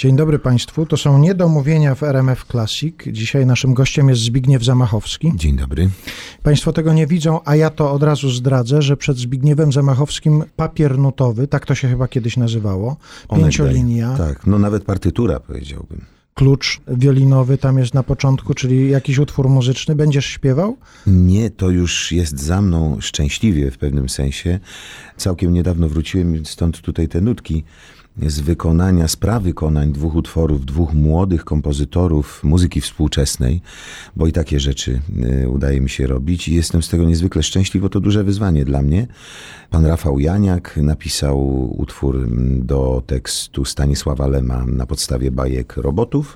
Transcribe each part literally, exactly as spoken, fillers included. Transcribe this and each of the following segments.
Dzień dobry Państwu, to są Niedomówienia w R M F Classic. Dzisiaj naszym gościem jest Zbigniew Zamachowski. Dzień dobry. Państwo tego nie widzą, a ja to od razu zdradzę, że przed Zbigniewem Zamachowskim papier nutowy, tak to się chyba kiedyś nazywało, pięciolinia. Tak, no nawet partytura powiedziałbym. Klucz wiolinowy tam jest na początku, czyli jakiś utwór muzyczny. Będziesz śpiewał? Nie, to już jest za mną szczęśliwie w pewnym sensie. Całkiem niedawno wróciłem, stąd tutaj te nutki z wykonania, z prawykonań dwóch utworów, dwóch młodych kompozytorów muzyki współczesnej, bo i takie rzeczy y, udaje mi się robić i jestem z tego niezwykle szczęśliwy, bo to duże wyzwanie dla mnie. Pan Rafał Janiak napisał utwór do tekstu Stanisława Lema na podstawie bajek Robotów.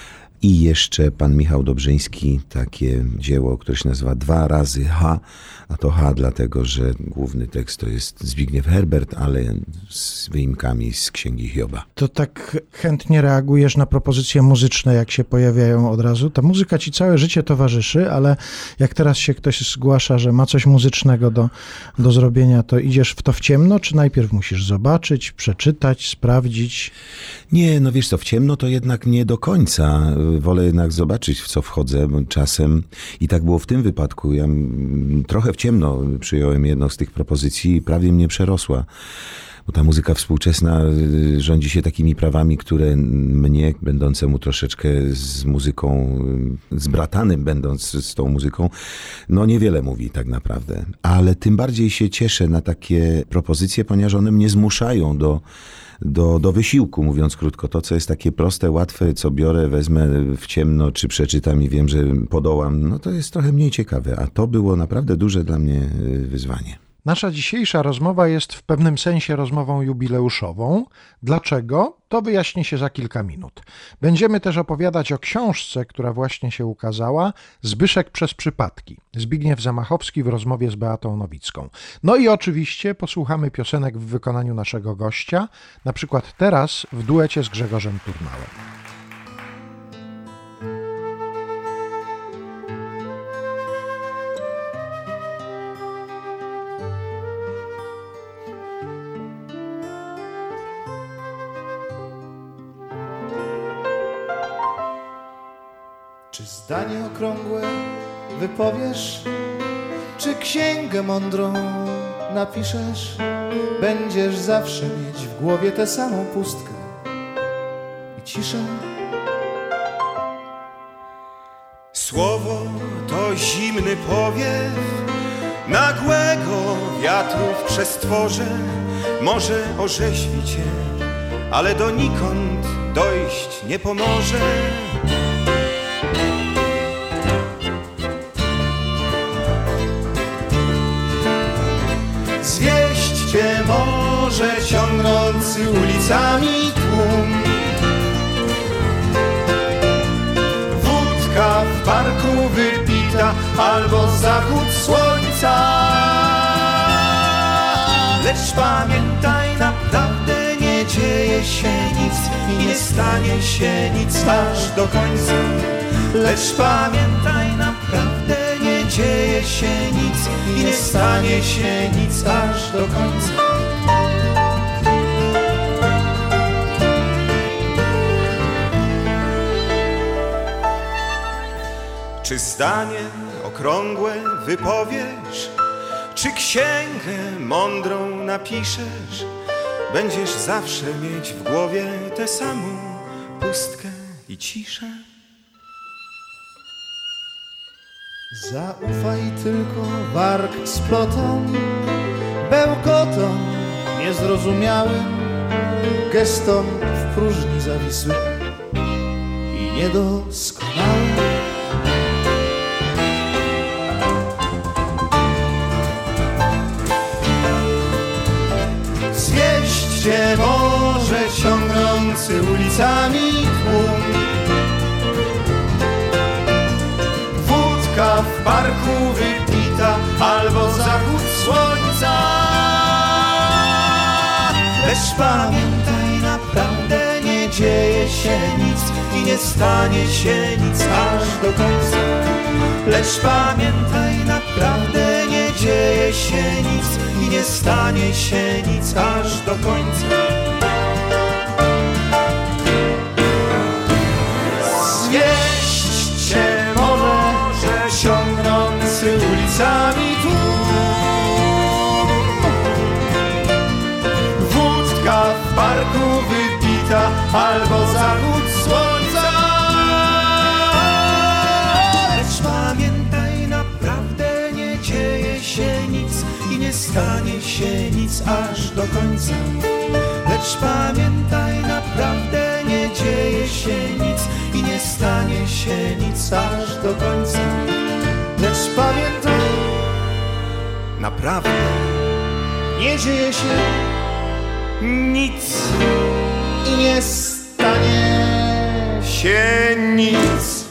I jeszcze pan Michał Dobrzyński, takie dzieło, które się nazywa Dwa razy H, a to H dlatego, że główny tekst to jest Zbigniew Herbert, ale z wyimkami z Księgi Hioba. To tak chętnie reagujesz na propozycje muzyczne, jak się pojawiają od razu. Ta muzyka ci całe życie towarzyszy, ale jak teraz się ktoś zgłasza, że ma coś muzycznego do, do zrobienia, to idziesz w to w ciemno, czy najpierw musisz zobaczyć, przeczytać, sprawdzić? Nie, no wiesz co, w ciemno to jednak nie do końca. Wolę jednak zobaczyć, w co wchodzę czasem. I tak było w tym wypadku. Ja trochę w ciemno przyjąłem jedną z tych propozycji i prawie mnie przerosła. Bo ta muzyka współczesna rządzi się takimi prawami, które mnie, będącemu troszeczkę z muzyką, zbratanym będąc z tą muzyką, no niewiele mówi tak naprawdę. Ale tym bardziej się cieszę na takie propozycje, ponieważ one mnie zmuszają do Do, do wysiłku, mówiąc krótko. To, co jest takie proste, łatwe, co biorę, wezmę w ciemno, czy przeczytam i wiem, że podołam, no to jest trochę mniej ciekawe. A to było naprawdę duże dla mnie wyzwanie. Nasza dzisiejsza rozmowa jest w pewnym sensie rozmową jubileuszową. Dlaczego? To wyjaśni się za kilka minut. Będziemy też opowiadać o książce, która właśnie się ukazała, Zbyszek przez przypadki. Zbigniew Zamachowski w rozmowie z Beatą Nowicką. No i oczywiście posłuchamy piosenek w wykonaniu naszego gościa, na przykład teraz w duecie z Grzegorzem Turnałem. Czy zdanie okrągłe wypowiesz, czy księgę mądrą napiszesz? Będziesz zawsze mieć w głowie tę samą pustkę i ciszę. Słowo to zimny powiew nagłego wiatru w przestworze. Może orzeźwi cię, ale donikąd dojść nie pomoże. Zwieść cię może ciągnący ulicami tłum. Wódka w parku wypita albo zachód słońca. Lecz pamiętaj, naprawdę nie dzieje się nic i nie stanie się nic aż do końca. Lecz pamiętaj, naprawdę nie dzieje się nic i nie stanie się nic aż do końca. Czy zdanie okrągłe wypowiesz, czy księgę mądrą napiszesz? Będziesz zawsze mieć w głowie tę samą pustkę i ciszę. Zaufaj tylko warg splotom, bełkotom niezrozumiałym, gestom w próżni zawisłym i niedoskonałym. Zwieść cię może ciągnący ulicami tłum. W parku wypita albo zachód słońca. Lecz pamiętaj, naprawdę nie dzieje się nic i nie stanie się nic aż do końca. Lecz pamiętaj, naprawdę nie dzieje się nic i nie stanie się nic aż do końca. albo zachód słońca. Lecz pamiętaj, naprawdę nie dzieje się nic i nie stanie się nic aż do końca. Lecz pamiętaj, naprawdę nie dzieje się nic i nie stanie się nic aż do końca. Lecz pamiętaj, naprawdę nie dzieje się nic i nie stanie się nic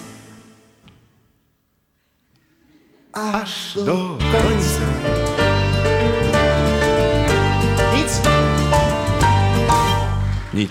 aż do końca. Nic. Nic.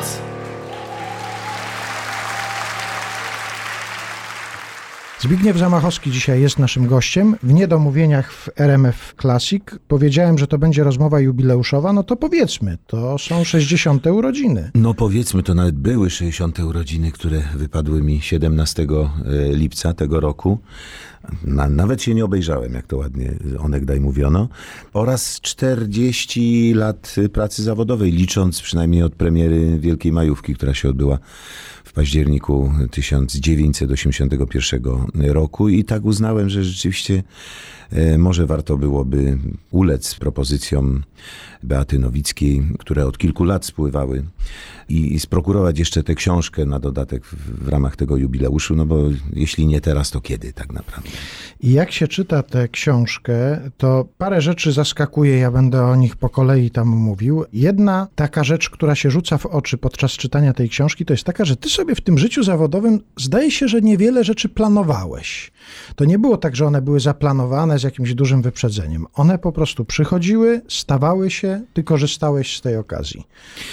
Zbigniew Zamachowski dzisiaj jest naszym gościem. W Niedomówieniach w R M F Classic powiedziałem, że to będzie rozmowa jubileuszowa, no to powiedzmy, to są sześćdziesiąte urodziny. No powiedzmy, to nawet były sześćdziesiąte urodziny, które wypadły mi siedemnastego lipca tego roku. Na, nawet się nie obejrzałem, jak to ładnie onegdaj mówiono. Oraz czterdzieści lat pracy zawodowej, licząc przynajmniej od premiery Wielkiej Majówki, która się odbyła w październiku tysiąc dziewięćset osiemdziesiątego pierwszego roku. I tak uznałem, że rzeczywiście e, może warto byłoby ulec propozycjom Beaty Nowickiej, które od kilku lat spływały, i, i sprokurować jeszcze tę książkę na dodatek w, w ramach tego jubileuszu, no bo jeśli nie teraz, to kiedy tak naprawdę? I jak się czyta tę książkę, to parę rzeczy zaskakuje, ja będę o nich po kolei tam mówił. Jedna taka rzecz, która się rzuca w oczy podczas czytania tej książki, to jest taka, że ty sobie w tym życiu zawodowym zdaje się, że niewiele rzeczy planowałeś. To nie było tak, że one były zaplanowane z jakimś dużym wyprzedzeniem. One po prostu przychodziły, stawały się, ty korzystałeś z tej okazji.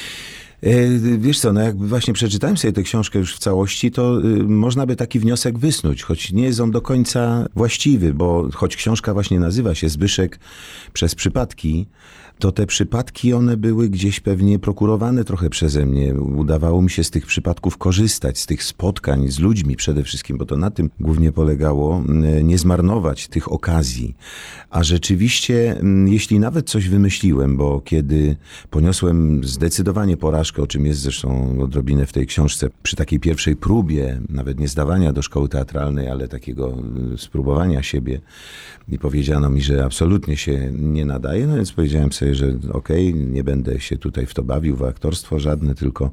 Wiesz co, no jak właśnie przeczytałem sobie tę książkę już w całości, to y, można by taki wniosek wysnuć, choć nie jest on do końca właściwy, bo choć książka właśnie nazywa się Zbyszek przez przypadki, to te przypadki, one były gdzieś pewnie prokurowane trochę przeze mnie. Udawało mi się z tych przypadków korzystać, z tych spotkań z ludźmi przede wszystkim, bo to na tym głównie polegało, nie zmarnować tych okazji. A rzeczywiście, jeśli nawet coś wymyśliłem, bo kiedy poniosłem zdecydowanie porażkę, o czym jest zresztą odrobinę w tej książce, przy takiej pierwszej próbie, nawet nie zdawania do szkoły teatralnej, ale takiego spróbowania siebie, i powiedziano mi, że absolutnie się nie nadaje, no więc powiedziałem sobie, że okej, okay, nie będę się tutaj w to bawił, w aktorstwo żadne, tylko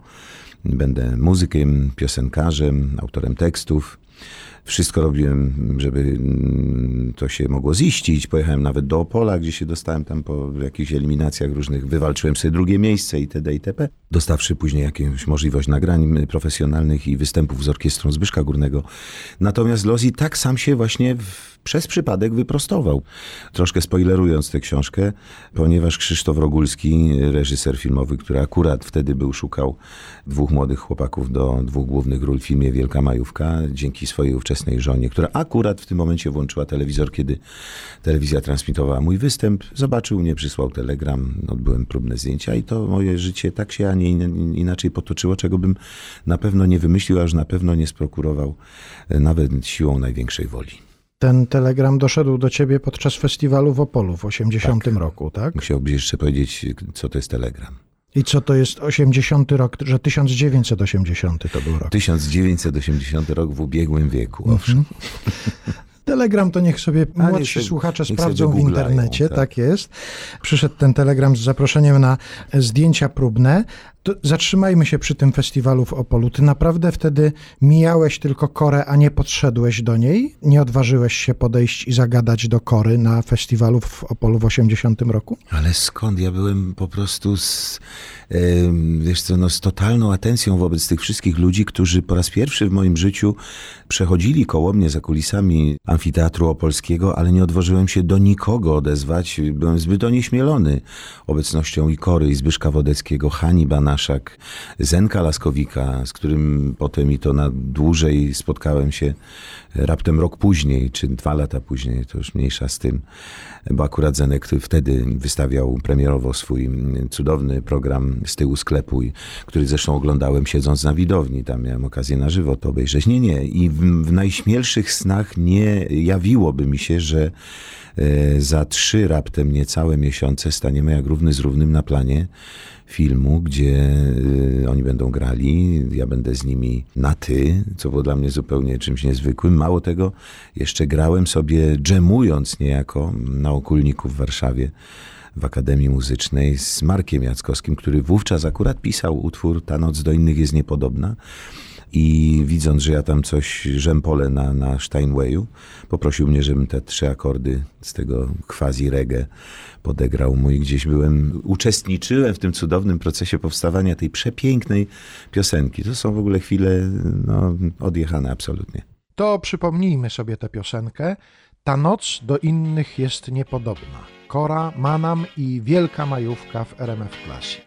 będę muzykiem, piosenkarzem, autorem tekstów. Wszystko robiłem, żeby to się mogło ziścić. Pojechałem nawet do Opola, gdzie się dostałem tam po jakichś eliminacjach różnych. Wywalczyłem sobie drugie miejsce itd. itp. Dostawszy później jakąś możliwość nagrań profesjonalnych i występów z orkiestrą Zbyszka Górnego. Natomiast los i tak sam się właśnie w, przez przypadek wyprostował. Troszkę spoilerując tę książkę, ponieważ Krzysztof Rogulski, reżyser filmowy, który akurat wtedy był, szukał dwóch młodych chłopaków do dwóch głównych ról w filmie Wielka Majówka, dzięki swojej ówczesnej żonie, która akurat w tym momencie włączyła telewizor, kiedy telewizja transmitowała mój występ, zobaczył mnie, przysłał telegram, odbyłem próbne zdjęcia i to moje życie tak się, a nie inaczej potoczyło, czego bym na pewno nie wymyślił, a już na pewno nie sprokurował nawet siłą największej woli. Ten telegram doszedł do ciebie podczas festiwalu w Opolu w osiemdziesiątym tak. roku, tak? Musiałbyś jeszcze powiedzieć, co to jest telegram. I co to jest osiemdziesiąty rok, że tysiąc dziewięćset osiemdziesiąty to był rok? tysiąc dziewięćset osiemdziesiąty rok w ubiegłym wieku, owszem. Mm-hmm. Telegram to niech sobie A, młodsi niech słuchacze niech sprawdzą w internecie, tak. tak jest. Przyszedł ten telegram z zaproszeniem na zdjęcia próbne. To zatrzymajmy się przy tym festiwalu w Opolu. Ty naprawdę wtedy mijałeś tylko Korę, a nie podszedłeś do niej? Nie odważyłeś się podejść i zagadać do Kory na festiwalu w Opolu w osiemdziesiątym roku? Ale skąd? Ja byłem po prostu z, e, wiesz co, no, z totalną atencją wobec tych wszystkich ludzi, którzy po raz pierwszy w moim życiu przechodzili koło mnie za kulisami Amfiteatru Opolskiego, ale nie odważyłem się do nikogo odezwać. Byłem zbyt onieśmielony obecnością i Kory, i Zbyszka Wodeckiego, Hani Banaszak, Zenka Laskowika, z którym potem i to na dłużej spotkałem się raptem rok później, czy dwa lata później, to już mniejsza z tym, bo akurat Zenek wtedy wystawiał premierowo swój cudowny program Z tyłu sklepu, który zresztą oglądałem siedząc na widowni, tam miałem okazję na żywo to obejrzeć. Nie, nie. I w, w najśmielszych snach nie jawiłoby mi się, że e, za trzy raptem niecałe miesiące staniemy jak równy z równym na planie filmu, gdzie y, oni będą grali, ja będę z nimi na ty, co było dla mnie zupełnie czymś niezwykłym. Mało tego, jeszcze grałem sobie dżemując niejako na Okulniku w Warszawie, w Akademii Muzycznej z Markiem Jackowskim, który wówczas akurat pisał utwór Ta noc do innych jest niepodobna. I widząc, że ja tam coś rzępolę na, na Steinwayu, poprosił mnie, żebym te trzy akordy z tego quasi reggae podegrał mu i gdzieś byłem, uczestniczyłem w tym cudownym procesie powstawania tej przepięknej piosenki. To są w ogóle chwile no, odjechane absolutnie. To przypomnijmy sobie tę piosenkę. Ta noc do innych jest niepodobna. Kora, Manam i Wielka Majówka w R M F Classic.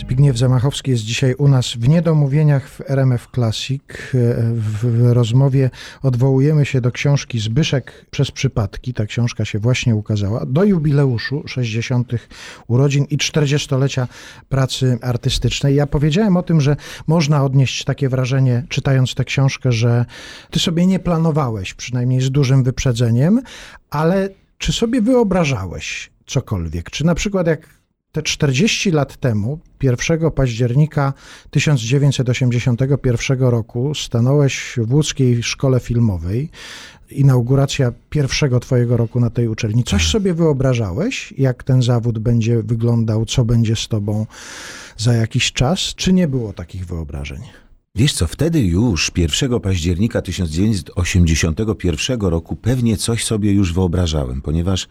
Zbigniew Zamachowski jest dzisiaj u nas w Niedomówieniach w R M F Classic. W rozmowie odwołujemy się do książki Zbyszek przez przypadki. Ta książka się właśnie ukazała. Do jubileuszu sześćdziesiątych urodzin i czterdziestolecia pracy artystycznej. Ja powiedziałem o tym, że można odnieść takie wrażenie, czytając tę książkę, że ty sobie nie planowałeś, przynajmniej z dużym wyprzedzeniem, ale czy sobie wyobrażałeś cokolwiek? Czy na przykład jak te czterdzieści lat temu, pierwszego października tysiąc dziewięćset osiemdziesiątego pierwszego roku, stanąłeś w łódzkiej szkole filmowej, inauguracja pierwszego twojego roku na tej uczelni. Coś sobie wyobrażałeś, jak ten zawód będzie wyglądał, co będzie z tobą za jakiś czas, czy nie było takich wyobrażeń? Wiesz co, wtedy już pierwszego października tysiąc dziewięćset osiemdziesiątego pierwszego roku pewnie coś sobie już wyobrażałem, ponieważ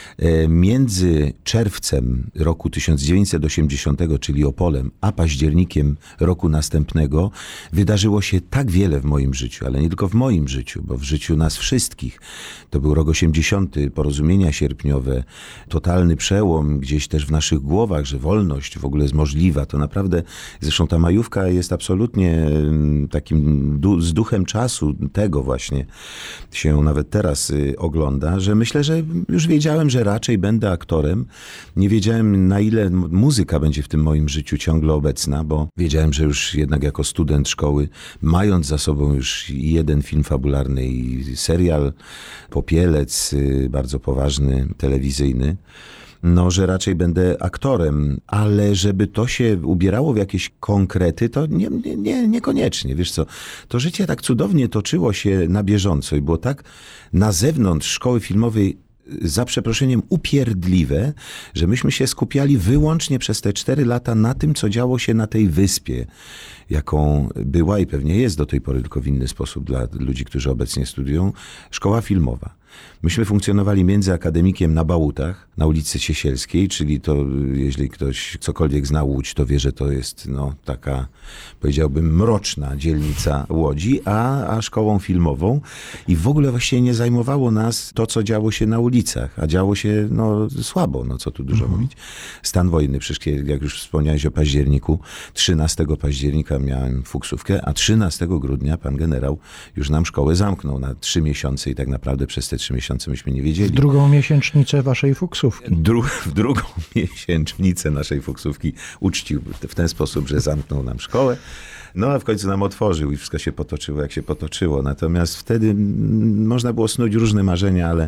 między czerwcem roku tysiąc dziewięćset osiemdziesiątego, czyli Opolem, a październikiem roku następnego wydarzyło się tak wiele w moim życiu, ale nie tylko w moim życiu, bo w życiu nas wszystkich. To był rok osiemdziesiąty, porozumienia sierpniowe, totalny przełom gdzieś też w naszych głowach, że wolność w ogóle jest możliwa. To naprawdę, zresztą ta majówka jest absolutnie takim du- z duchem czasu tego właśnie się nawet teraz ogląda, że myślę, że już wiedziałem, że raczej będę aktorem. Nie wiedziałem, na ile muzyka będzie w tym moim życiu ciągle obecna, bo wiedziałem, że już jednak jako student szkoły, mając za sobą już jeden film fabularny i serial Popielec, bardzo poważny, telewizyjny, no, że raczej będę aktorem, ale żeby to się ubierało w jakieś konkrety, to nie, nie, nie, niekoniecznie. Wiesz co, to życie tak cudownie toczyło się na bieżąco i było tak na zewnątrz szkoły filmowej, za przeproszeniem, upierdliwe, że myśmy się skupiali wyłącznie przez te cztery lata na tym, co działo się na tej wyspie, jaką była i pewnie jest do tej pory, tylko w inny sposób dla ludzi, którzy obecnie studiują, szkoła filmowa. Myśmy funkcjonowali między akademikiem na Bałutach, na ulicy Ciesielskiej, czyli to, jeśli ktoś cokolwiek zna Łódź, to wie, że to jest no, taka, powiedziałbym, mroczna dzielnica Łodzi, a, a szkołą filmową. I w ogóle właściwie nie zajmowało nas to, co działo się na ulicach, a działo się no, słabo, no co tu dużo mhm. mówić. Stan wojny, przecież jak już wspomniałeś o październiku, trzynastego października miałem fuksówkę, a trzynastego grudnia pan generał już nam szkołę zamknął na trzy miesiące i tak naprawdę przez te trzy miesiące myśmy nie wiedzieli. W drugą miesięcznicę waszej fuksówki. Dru- w drugą miesięcznicę naszej fuksówki uczcił w ten sposób, że zamknął nam szkołę. No a w końcu nam otworzył i wszystko się potoczyło, jak się potoczyło. Natomiast wtedy m, można było snuć różne marzenia, ale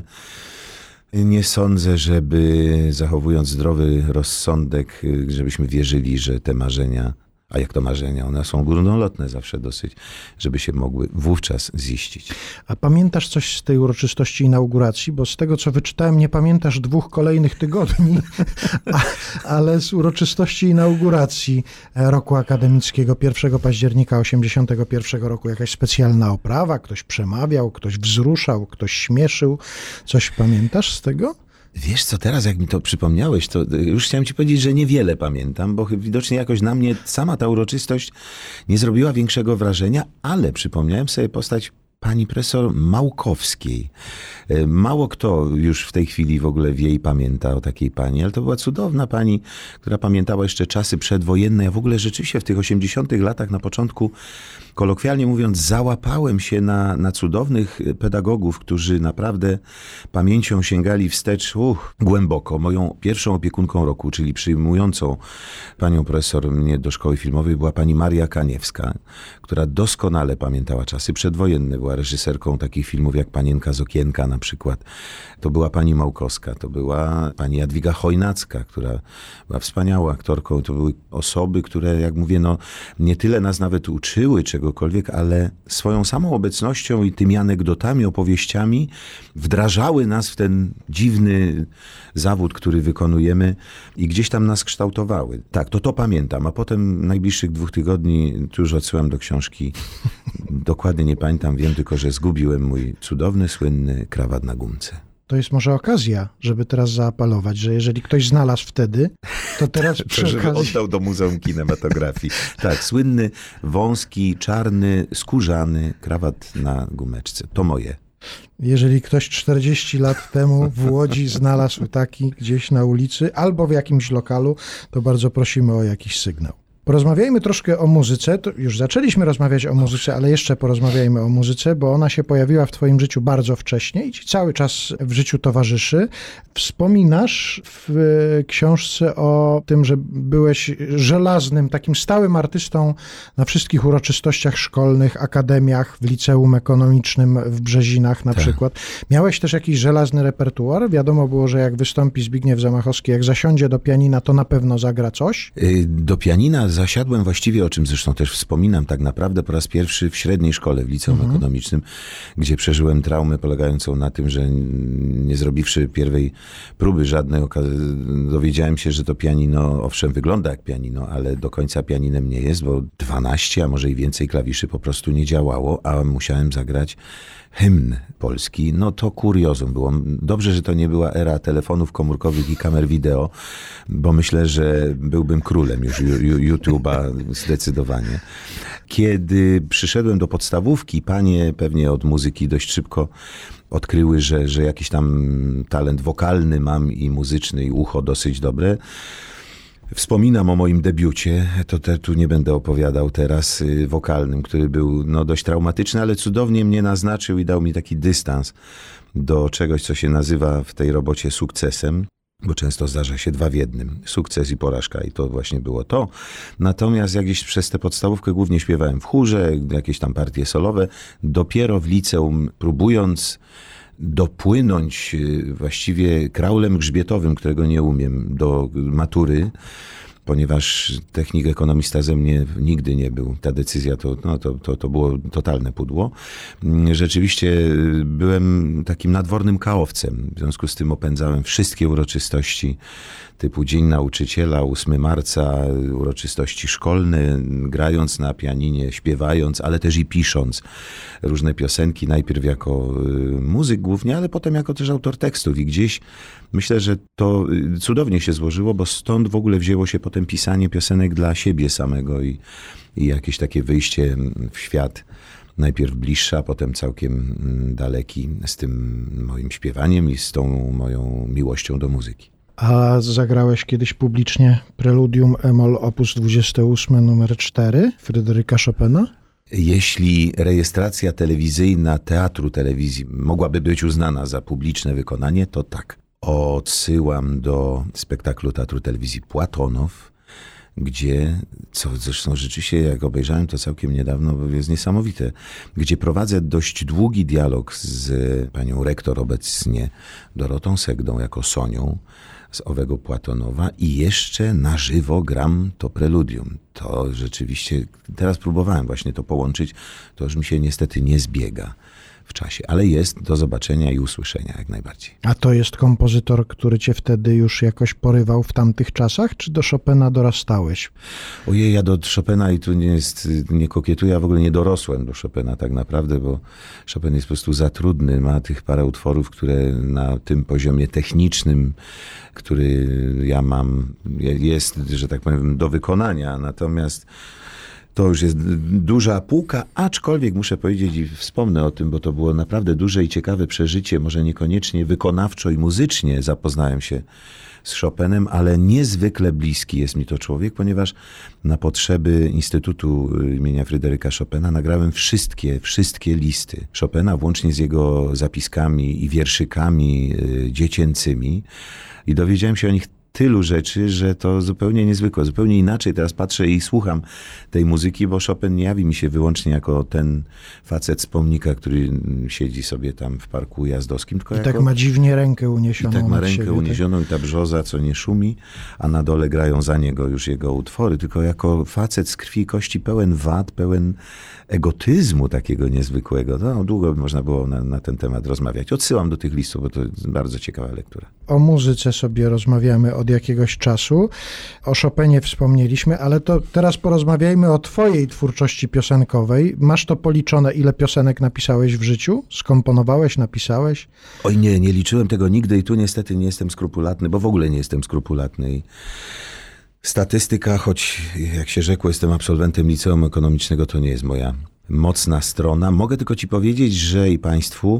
nie sądzę, żeby zachowując zdrowy rozsądek, żebyśmy wierzyli, że te marzenia, a jak to marzenia, one są górnolotne zawsze dosyć, żeby się mogły wówczas ziścić. A pamiętasz coś z tej uroczystości inauguracji? Bo z tego, co wyczytałem, nie pamiętasz dwóch kolejnych tygodni, a, ale z uroczystości inauguracji roku akademickiego pierwszego października osiemdziesiątego pierwszego roku jakaś specjalna oprawa, ktoś przemawiał, ktoś wzruszał, ktoś śmieszył. Coś pamiętasz z tego? Wiesz co, teraz jak mi to przypomniałeś, to już chciałem ci powiedzieć, że niewiele pamiętam, bo widocznie jakoś na mnie sama ta uroczystość nie zrobiła większego wrażenia, ale przypomniałem sobie postać pani profesor Małkowskiej. Mało kto już w tej chwili w ogóle wie i pamięta o takiej pani, ale to była cudowna pani, która pamiętała jeszcze czasy przedwojenne. Ja w ogóle rzeczywiście w tych osiemdziesiątych latach na początku, kolokwialnie mówiąc, załapałem się na, na cudownych pedagogów, którzy naprawdę pamięcią sięgali wstecz uch, głęboko. Moją pierwszą opiekunką roku, czyli przyjmującą panią profesor mnie do szkoły filmowej, była pani Maria Kaniewska, która doskonale pamiętała czasy przedwojenne. Była reżyserką takich filmów jak Panienka z okienka na przykład. To była pani Małkowska, to była pani Jadwiga Chojnacka, która była wspaniałą aktorką. To były osoby, które, jak mówię, no, nie tyle nas nawet uczyły czegokolwiek, ale swoją samą obecnością i tymi anegdotami, opowieściami wdrażały nas w ten dziwny zawód, który wykonujemy i gdzieś tam nas kształtowały. Tak, to to pamiętam, a potem najbliższych dwóch tygodni, tu już odsyłam do książki, dokładnie nie pamiętam, wiem tylko, że zgubiłem mój cudowny, słynny krawat na gumce. To jest może okazja, żeby teraz zaapelować, że jeżeli ktoś znalazł wtedy, to teraz to, przy żeby okazji... oddał do Muzeum Kinematografii. Tak, słynny, wąski, czarny, skórzany krawat na gumeczce. To moje. Jeżeli ktoś czterdzieści lat temu w Łodzi znalazł taki gdzieś na ulicy albo w jakimś lokalu, to bardzo prosimy o jakiś sygnał. Porozmawiajmy troszkę o muzyce. To już zaczęliśmy rozmawiać o muzyce, ale jeszcze porozmawiajmy o muzyce, bo ona się pojawiła w twoim życiu bardzo wcześnie i ci cały czas w życiu towarzyszy. Wspominasz w książce o tym, że byłeś żelaznym, takim stałym artystą na wszystkich uroczystościach szkolnych, akademiach, w liceum ekonomicznym w Brzezinach na tak. przykład. Miałeś też jakiś żelazny repertuar? Wiadomo było, że jak wystąpi Zbigniew Zamachowski, jak zasiądzie do pianina, to na pewno zagra coś? Do pianina zasiadłem właściwie, o czym zresztą też wspominam, tak naprawdę po raz pierwszy w średniej szkole, w liceum mhm. ekonomicznym, gdzie przeżyłem traumę polegającą na tym, że nie zrobiwszy pierwej próby żadnej, dowiedziałem się, że to pianino, owszem, wygląda jak pianino, ale do końca pianinem nie jest, bo dwanaście, a może i więcej klawiszy po prostu nie działało, a musiałem zagrać hymn polski. No to kuriozum było. Dobrze, że to nie była era telefonów komórkowych i kamer wideo, bo myślę, że byłbym królem już YouTube'a zdecydowanie. Kiedy przyszedłem do podstawówki, panie pewnie od muzyki dość szybko odkryły, że, że jakiś tam talent wokalny mam i muzyczny i ucho dosyć dobre. Wspominam o moim debiucie, to te, tu nie będę opowiadał teraz, y, wokalnym, który był no, dość traumatyczny, ale cudownie mnie naznaczył i dał mi taki dystans do czegoś, co się nazywa w tej robocie sukcesem, bo często zdarza się dwa w jednym, sukces i porażka i to właśnie było to. Natomiast jak gdzieś przez tę podstawówkę głównie śpiewałem w chórze, jakieś tam partie solowe, dopiero w liceum próbując dopłynąć właściwie kraulem grzbietowym, którego nie umiem, do matury, ponieważ technik ekonomista ze mnie nigdy nie był. Ta decyzja to, no, to, to, to było totalne pudło. Rzeczywiście byłem takim nadwornym kaowcem. W związku z tym opędzałem wszystkie uroczystości typu Dzień Nauczyciela, ósmego marca, uroczystości szkolne, grając na pianinie, śpiewając, ale też i pisząc różne piosenki, najpierw jako muzyk głównie, ale potem jako też autor tekstów i gdzieś myślę, że to cudownie się złożyło, bo stąd w ogóle wzięło się potem pisanie piosenek dla siebie samego i, i jakieś takie wyjście w świat najpierw bliższy, a potem całkiem daleki z tym moim śpiewaniem i z tą moją miłością do muzyki. A zagrałeś kiedyś publicznie preludium e-moll opus dwadzieścia osiem numer cztery Fryderyka Chopina? Jeśli rejestracja telewizyjna Teatru Telewizji mogłaby być uznana za publiczne wykonanie, to tak. Odsyłam do spektaklu Teatru Telewizji Płatonow, gdzie, co zresztą rzeczywiście jak obejrzałem to całkiem niedawno, bo jest niesamowite, gdzie prowadzę dość długi dialog z panią rektor obecnie Dorotą Segdą jako Sonią z owego Płatonowa i jeszcze na żywo gram to preludium. To rzeczywiście, teraz próbowałem właśnie to połączyć, to już mi się niestety nie zbiega w czasie, ale jest do zobaczenia i usłyszenia jak najbardziej. A to jest kompozytor, który cię wtedy już jakoś porywał w tamtych czasach, czy do Chopina dorastałeś? Ojej, ja do Chopina i tu nie jest, nie kokietuję, ja w ogóle nie dorosłem do Chopina tak naprawdę, bo Chopin jest po prostu za trudny, ma tych parę utworów, które na tym poziomie technicznym, który ja mam, jest, że tak powiem, do wykonania, natomiast to już jest duża półka, aczkolwiek muszę powiedzieć i wspomnę o tym, bo to było naprawdę duże i ciekawe przeżycie, może niekoniecznie wykonawczo i muzycznie zapoznałem się z Chopinem, ale niezwykle bliski jest mi to człowiek, ponieważ na potrzeby Instytutu imienia Fryderyka Chopina nagrałem wszystkie, wszystkie listy Chopina, włącznie z jego zapiskami i wierszykami dziecięcymi i dowiedziałem się o nich tylu rzeczy, że to zupełnie niezwykłe, zupełnie inaczej teraz patrzę i słucham tej muzyki, bo Chopin nie jawi mi się wyłącznie jako ten facet z pomnika, który siedzi sobie tam w parku ujazdowskim, tylko I jako... tak ma dziwnie rękę uniesioną. I tak ma rękę siebie, uniesioną tak? I ta brzoza, co nie szumi, a na dole grają za niego już jego utwory, tylko jako facet z krwi i kości, pełen wad, pełen egotyzmu takiego niezwykłego. No, długo by można było na, na ten temat rozmawiać. Odsyłam do tych listów, bo to jest bardzo ciekawa lektura. O muzyce sobie rozmawiamy od jakiegoś czasu. O Chopinie wspomnieliśmy, ale to teraz porozmawiajmy o twojej twórczości piosenkowej. Masz to policzone, ile piosenek napisałeś w życiu? Skomponowałeś, napisałeś? Oj nie, nie liczyłem tego nigdy i tu niestety nie jestem skrupulatny, bo w ogóle nie jestem skrupulatny. I statystyka, choć jak się rzekło, jestem absolwentem liceum ekonomicznego, to nie jest moja mocna strona. Mogę tylko ci powiedzieć, że i państwu,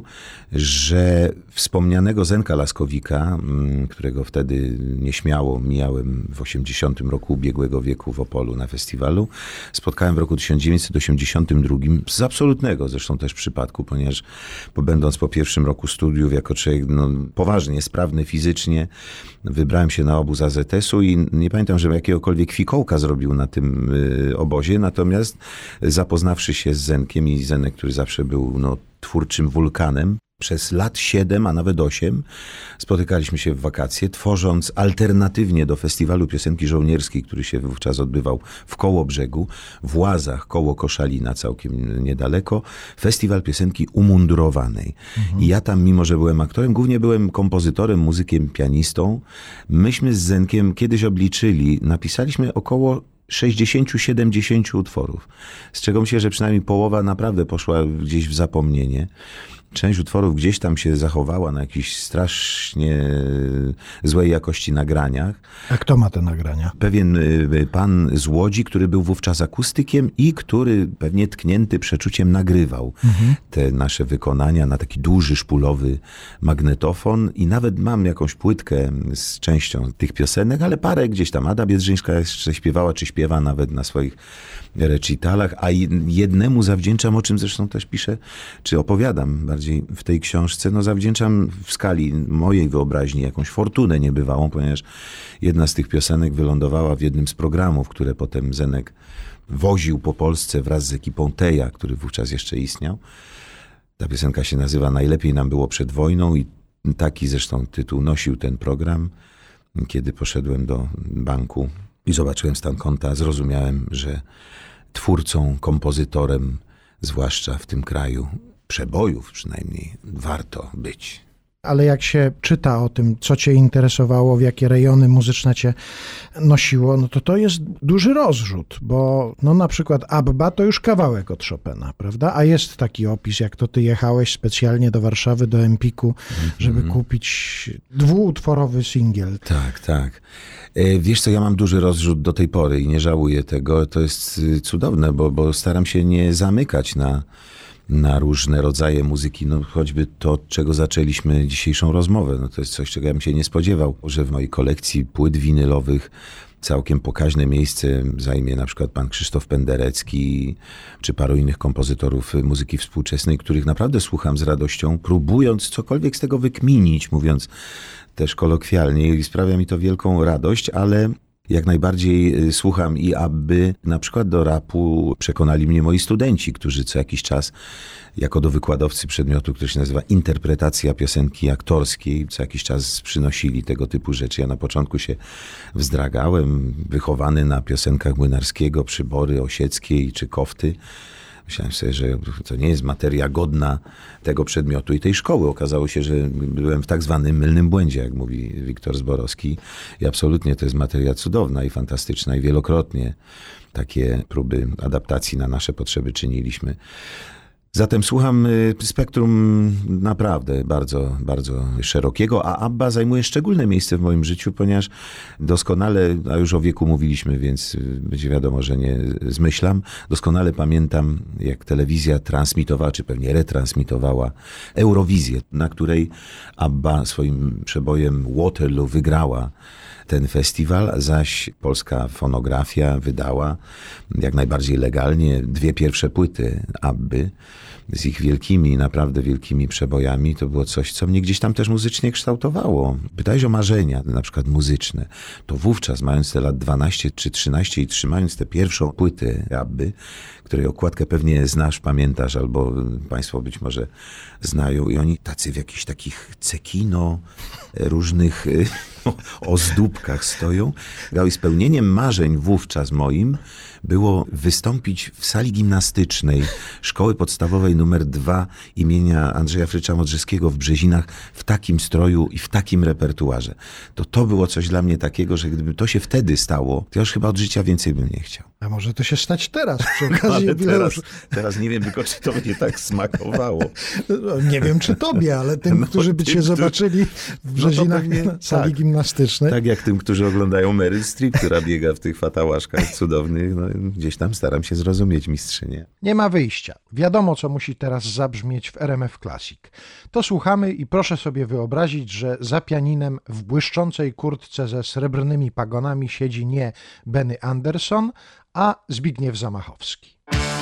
że wspomnianego Zenka Laskowika, którego wtedy nieśmiało mijałem w osiemdziesiątym roku ubiegłego wieku w Opolu na festiwalu, spotkałem w roku tysiąc dziewięćset osiemdziesiątym drugim z absolutnego zresztą też przypadku, ponieważ będąc po pierwszym roku studiów jako człowiek no, poważnie sprawny fizycznie, wybrałem się na obóz A Z S-u i nie pamiętam, żeby jakiegokolwiek fikołka zrobił na tym y, obozie, natomiast zapoznawszy się z Zenkiem i Zenek, który zawsze był no, twórczym wulkanem, przez lat siedem, a nawet osiem spotykaliśmy się w wakacje, tworząc alternatywnie do Festiwalu Piosenki Żołnierskiej, który się wówczas odbywał w Kołobrzegu, w Łazach koło Koszalina, całkiem niedaleko, Festiwal Piosenki Umundurowanej. Mhm. I ja tam, mimo że byłem aktorem, głównie byłem kompozytorem, muzykiem, pianistą. Myśmy z Zenkiem kiedyś obliczyli, napisaliśmy około sześćdziesiąt siedemdziesiąt utworów, z czego myślę, że przynajmniej połowa naprawdę poszła gdzieś w zapomnienie. Część utworów gdzieś tam się zachowała na jakichś strasznie złej jakości nagraniach. A kto ma te nagrania? Pewien pan z Łodzi, który był wówczas akustykiem i który pewnie tknięty przeczuciem nagrywał mhm. te nasze wykonania na taki duży, szpulowy magnetofon i nawet mam jakąś płytkę z częścią tych piosenek, ale parę gdzieś tam. Ada Biedrzyńska jeszcze śpiewała, czy śpiewa nawet na swoich recitalach, a jednemu zawdzięczam, o czym zresztą też piszę, czy opowiadam bardziej w tej książce, no zawdzięczam w skali mojej wyobraźni jakąś fortunę niebywałą, ponieważ jedna z tych piosenek wylądowała w jednym z programów, które potem Zenek woził po Polsce wraz z ekipą Teja, który wówczas jeszcze istniał. Ta piosenka się nazywa Najlepiej nam było przed wojną i taki zresztą tytuł nosił ten program. Kiedy poszedłem do banku i zobaczyłem stan konta, zrozumiałem, że twórcą, kompozytorem, zwłaszcza w tym kraju, przebojów przynajmniej, warto być. Ale jak się czyta o tym, co cię interesowało, w jakie rejony muzyczne cię nosiło, no to to jest duży rozrzut, bo no na przykład Abba to już kawałek od Chopina, prawda? A jest taki opis, jak to ty jechałeś specjalnie do Warszawy, do Empiku, mm-hmm. żeby kupić dwuutworowy singiel. Tak, tak. Wiesz co, ja mam duży rozrzut do tej pory i nie żałuję tego. To jest cudowne, bo, bo staram się nie zamykać na na różne rodzaje muzyki, no choćby to, od czego zaczęliśmy dzisiejszą rozmowę. No to jest coś, czego ja bym się nie spodziewał, że w mojej kolekcji płyt winylowych całkiem pokaźne miejsce zajmie na przykład pan Krzysztof Penderecki, czy paru innych kompozytorów muzyki współczesnej, których naprawdę słucham z radością, próbując cokolwiek z tego wykminić, mówiąc też kolokwialnie, i sprawia mi to wielką radość, ale jak najbardziej słucham i Abby. Na przykład do rapu przekonali mnie moi studenci, którzy co jakiś czas jako do wykładowcy przedmiotu, który się nazywa interpretacja piosenki aktorskiej, co jakiś czas przynosili tego typu rzeczy. Ja na początku się wzdragałem, wychowany na piosenkach Młynarskiego, Przybory Osieckiej czy Kofty. Myślałem sobie, że to nie jest materia godna tego przedmiotu i tej szkoły. Okazało się, że byłem w tak zwanym mylnym błędzie, jak mówi Wiktor Zborowski. I absolutnie to jest materia cudowna i fantastyczna i wielokrotnie takie próby adaptacji na nasze potrzeby czyniliśmy. Zatem słucham spektrum naprawdę bardzo, bardzo szerokiego, a Abba zajmuje szczególne miejsce w moim życiu, ponieważ doskonale, a już o wieku mówiliśmy, więc będzie wiadomo, że nie zmyślam, doskonale pamiętam, jak telewizja transmitowała, czy pewnie retransmitowała Eurowizję, na której Abba swoim przebojem Waterloo wygrała ten festiwal, zaś polska fonografia wydała jak najbardziej legalnie dwie pierwsze płyty Abby z ich wielkimi, naprawdę wielkimi przebojami. To było coś, co mnie gdzieś tam też muzycznie kształtowało. Pytałeś o marzenia, na przykład muzyczne. To wówczas, mając te lat dwanaście czy trzynaście i trzymając tę pierwszą płytę Abby, której okładkę pewnie znasz, pamiętasz, albo państwo być może znają, i oni tacy w jakichś takich cekino, różnych ozdóbkach stoją. I spełnieniem marzeń wówczas moim było wystąpić w sali gimnastycznej Szkoły Podstawowej numer dwa imienia Andrzeja Frycza Modrzewskiego w Brzezinach w takim stroju i w takim repertuarze. To to było coś dla mnie takiego, że gdyby to się wtedy stało, to ja już chyba od życia więcej bym nie chciał. A może to się stać teraz przy okazji Ale jubileuszu. teraz, teraz nie wiem tylko, czy to będzie tak smakowało. No, nie wiem, czy tobie, ale tym, No, którzy by tym, cię którzy... zobaczyli w Brzezinach no na sali tak, gimnastycznej. gimnastycznej. Tak jak tym, którzy oglądają Meryl Streep, która biega w tych fatałaszkach cudownych. No, gdzieś tam staram się zrozumieć mistrzynię. Nie ma wyjścia. Wiadomo, co musi teraz zabrzmieć w R M F Classic. To słuchamy i proszę sobie wyobrazić, że za pianinem w błyszczącej kurtce ze srebrnymi pagonami siedzi nie Benny Andersson, a Zbigniew Zamachowski.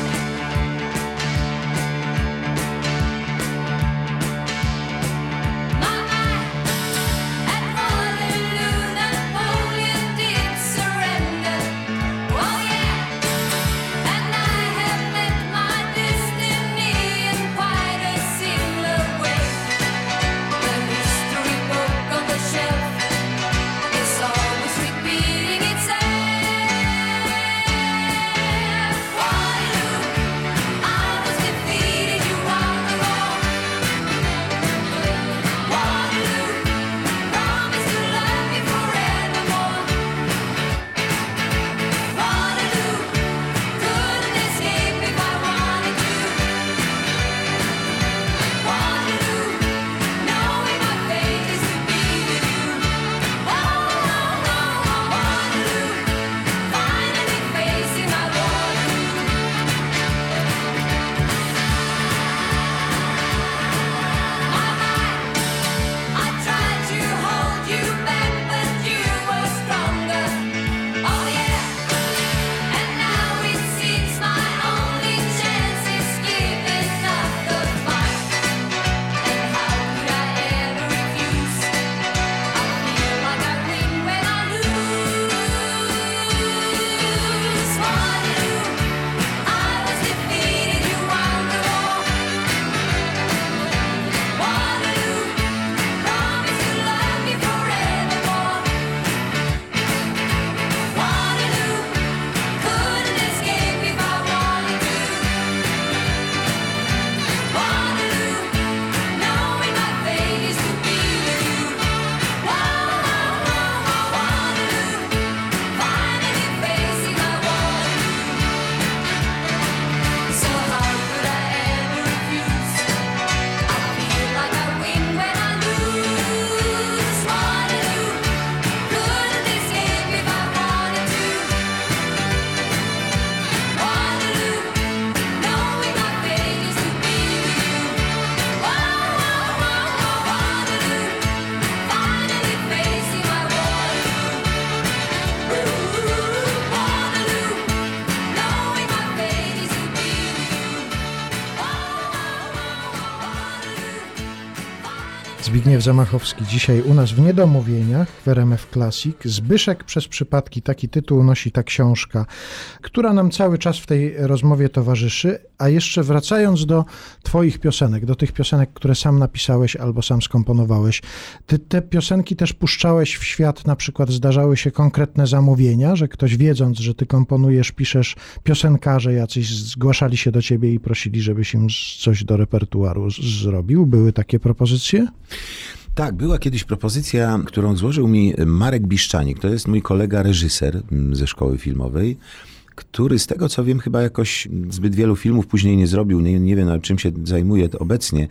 Zbigniew Zamachowski dzisiaj u nas w Niedomówieniach w R M F Classic. Zbyszek przez przypadki, taki tytuł nosi ta książka, która nam cały czas w tej rozmowie towarzyszy. A jeszcze wracając do twoich piosenek, do tych piosenek, które sam napisałeś albo sam skomponowałeś, ty te piosenki też puszczałeś w świat, na przykład zdarzały się konkretne zamówienia, że ktoś wiedząc, że ty komponujesz, piszesz, piosenkarze jacyś zgłaszali się do ciebie i prosili, żebyś im coś do repertuaru z- zrobił? Były takie propozycje? Tak, była kiedyś propozycja, którą złożył mi Marek Biszczanik. To jest mój kolega reżyser ze szkoły filmowej, który z tego co wiem chyba jakoś zbyt wielu filmów później nie zrobił, nie, nie wiem czym się zajmuje obecnie,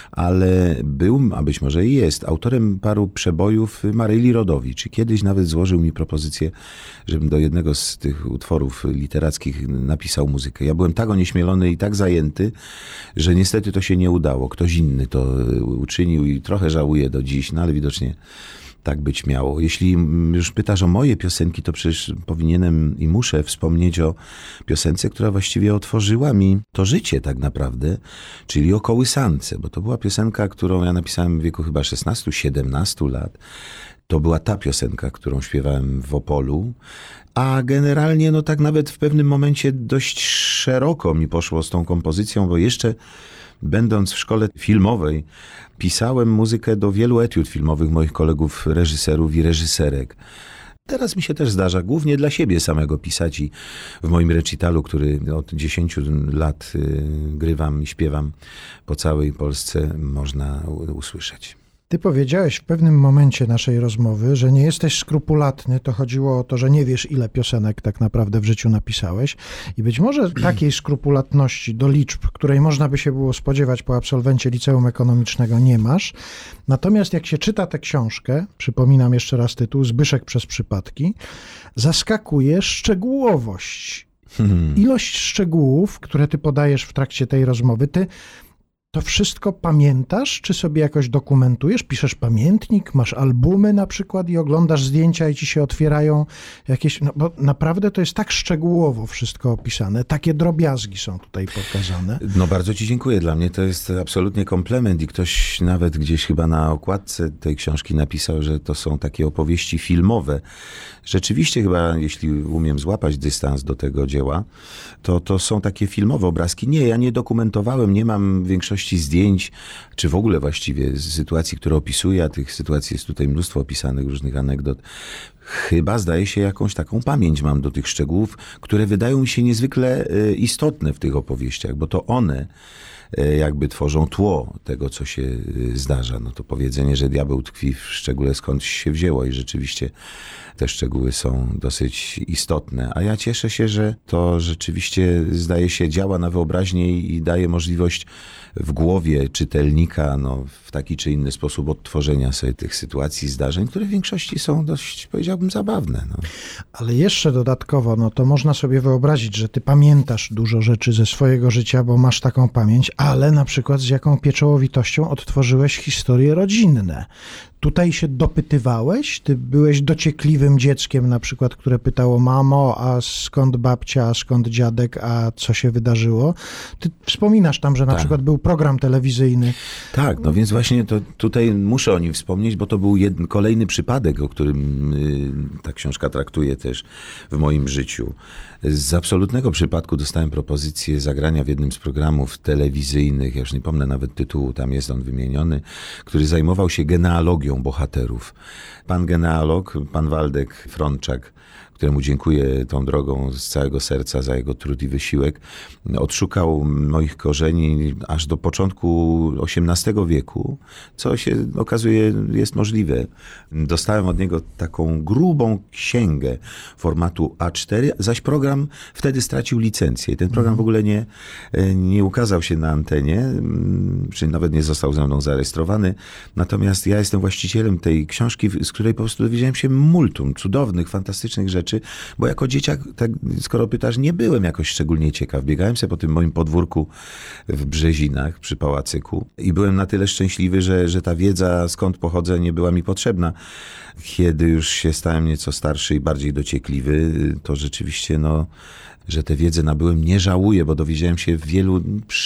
ale był, a być może i jest, autorem paru przebojów Maryli Rodowicz. I kiedyś nawet złożył mi propozycję, żebym do jednego z tych utworów literackich napisał muzykę. Ja byłem tak onieśmielony i tak zajęty, że niestety to się nie udało. Ktoś inny to uczynił i trochę żałuję do dziś, no ale widocznie tak być miało. Jeśli już pytasz o moje piosenki, to przecież powinienem i muszę wspomnieć o piosence, która właściwie otworzyła mi to życie tak naprawdę, czyli o kołysance, bo to była piosenka, którą ja napisałem w wieku chyba szesnastu siedemnastu lat. To była ta piosenka, którą śpiewałem w Opolu, a generalnie no tak nawet w pewnym momencie dość szeroko mi poszło z tą kompozycją, bo jeszcze będąc w szkole filmowej, pisałem muzykę do wielu etiud filmowych moich kolegów reżyserów i reżyserek. Teraz mi się też zdarza głównie dla siebie samego pisać i w moim recitalu, który od dziesięciu lat grywam i śpiewam po całej Polsce, można usłyszeć. Ty powiedziałeś w pewnym momencie naszej rozmowy, że nie jesteś skrupulatny. To chodziło o to, że nie wiesz, ile piosenek tak naprawdę w życiu napisałeś. I być może takiej skrupulatności do liczb, której można by się było spodziewać po absolwencie liceum ekonomicznego, nie masz. Natomiast jak się czyta tę książkę, przypominam jeszcze raz tytuł, Zbyszek przez przypadki, zaskakuje szczegółowość. Hmm. Ilość szczegółów, które ty podajesz w trakcie tej rozmowy, ty to wszystko pamiętasz, czy sobie jakoś dokumentujesz, piszesz pamiętnik, masz albumy na przykład i oglądasz zdjęcia i ci się otwierają jakieś, no bo naprawdę to jest tak szczegółowo wszystko opisane, takie drobiazgi są tutaj pokazane. No bardzo ci dziękuję, dla mnie to jest absolutnie komplement i ktoś nawet gdzieś chyba na okładce tej książki napisał, że to są takie opowieści filmowe. Rzeczywiście chyba, jeśli umiem złapać dystans do tego dzieła, to, to są takie filmowe obrazki. Nie, ja nie dokumentowałem, nie mam większości zdjęć, czy w ogóle właściwie sytuacji, które opisuję, a tych sytuacji jest tutaj mnóstwo opisanych, różnych anegdot. Chyba, zdaje się, jakąś taką pamięć mam do tych szczegółów, które wydają mi się niezwykle istotne w tych opowieściach, bo to one jakby tworzą tło tego, co się zdarza. No to powiedzenie, że diabeł tkwi w szczególe, skąd się wzięło i rzeczywiście te szczegóły są dosyć istotne. A ja cieszę się, że to rzeczywiście, zdaje się, działa na wyobraźnię i daje możliwość w głowie czytelnika no, w taki czy inny sposób odtworzenia sobie tych sytuacji, zdarzeń, które w większości są dość, powiedziałbym, zabawne. No. Ale jeszcze dodatkowo, no to można sobie wyobrazić, że ty pamiętasz dużo rzeczy ze swojego życia, bo masz taką pamięć, ale na przykład z jaką pieczołowitością odtworzyłeś historie rodzinne. Tutaj się dopytywałeś? Ty byłeś dociekliwym dzieckiem na przykład, które pytało: mamo, a skąd babcia, a skąd dziadek, a co się wydarzyło? Ty wspominasz tam, że na tak. przykład był program telewizyjny. Tak, no więc właśnie to tutaj muszę o nim wspomnieć, bo to był jeden, kolejny przypadek, o którym y, ta książka traktuje też w moim życiu. Z absolutnego przypadku dostałem propozycję zagrania w jednym z programów telewizyjnych, ja już nie pomnę nawet tytułu, tam jest on wymieniony, który zajmował się genealogią bohaterów. Pan genealog, pan Waldek Frączak, któremu dziękuję tą drogą z całego serca za jego trud i wysiłek, odszukał moich korzeni aż do początku osiemnastego wieku, co się okazuje jest możliwe. Dostałem od niego taką grubą księgę formatu A cztery, zaś program wtedy stracił licencję i ten program w ogóle nie, nie ukazał się na antenie, czy nawet nie został ze mną zarejestrowany. Natomiast ja jestem właścicielem tej książki, z której po prostu dowiedziałem się multum cudownych, fantastycznych rzeczy, bo jako dzieciak, tak, skoro pytasz, nie byłem jakoś szczególnie ciekaw. Biegałem sobie po tym moim podwórku w Brzezinach przy Pałacyku i byłem na tyle szczęśliwy, że, że ta wiedza, skąd pochodzę, nie była mi potrzebna. Kiedy już się stałem nieco starszy i bardziej dociekliwy, to rzeczywiście, no, że tę wiedzę nabyłem, nie żałuję, bo dowiedziałem się wielu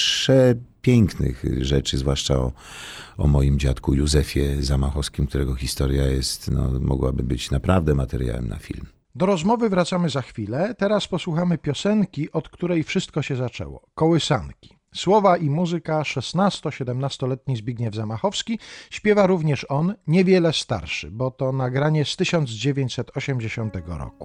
przepięknych rzeczy, zwłaszcza o, o moim dziadku Józefie Zamachowskim, którego historia jest, no, mogłaby być naprawdę materiałem na film. Do rozmowy wracamy za chwilę. Teraz posłuchamy piosenki, od której wszystko się zaczęło. Kołysanki. Słowa i muzyka szesnasto-siedemnastoletni Zbigniew Zamachowski. Śpiewa również on, niewiele starszy, bo to nagranie z tysiąc dziewięćset osiemdziesiątego roku.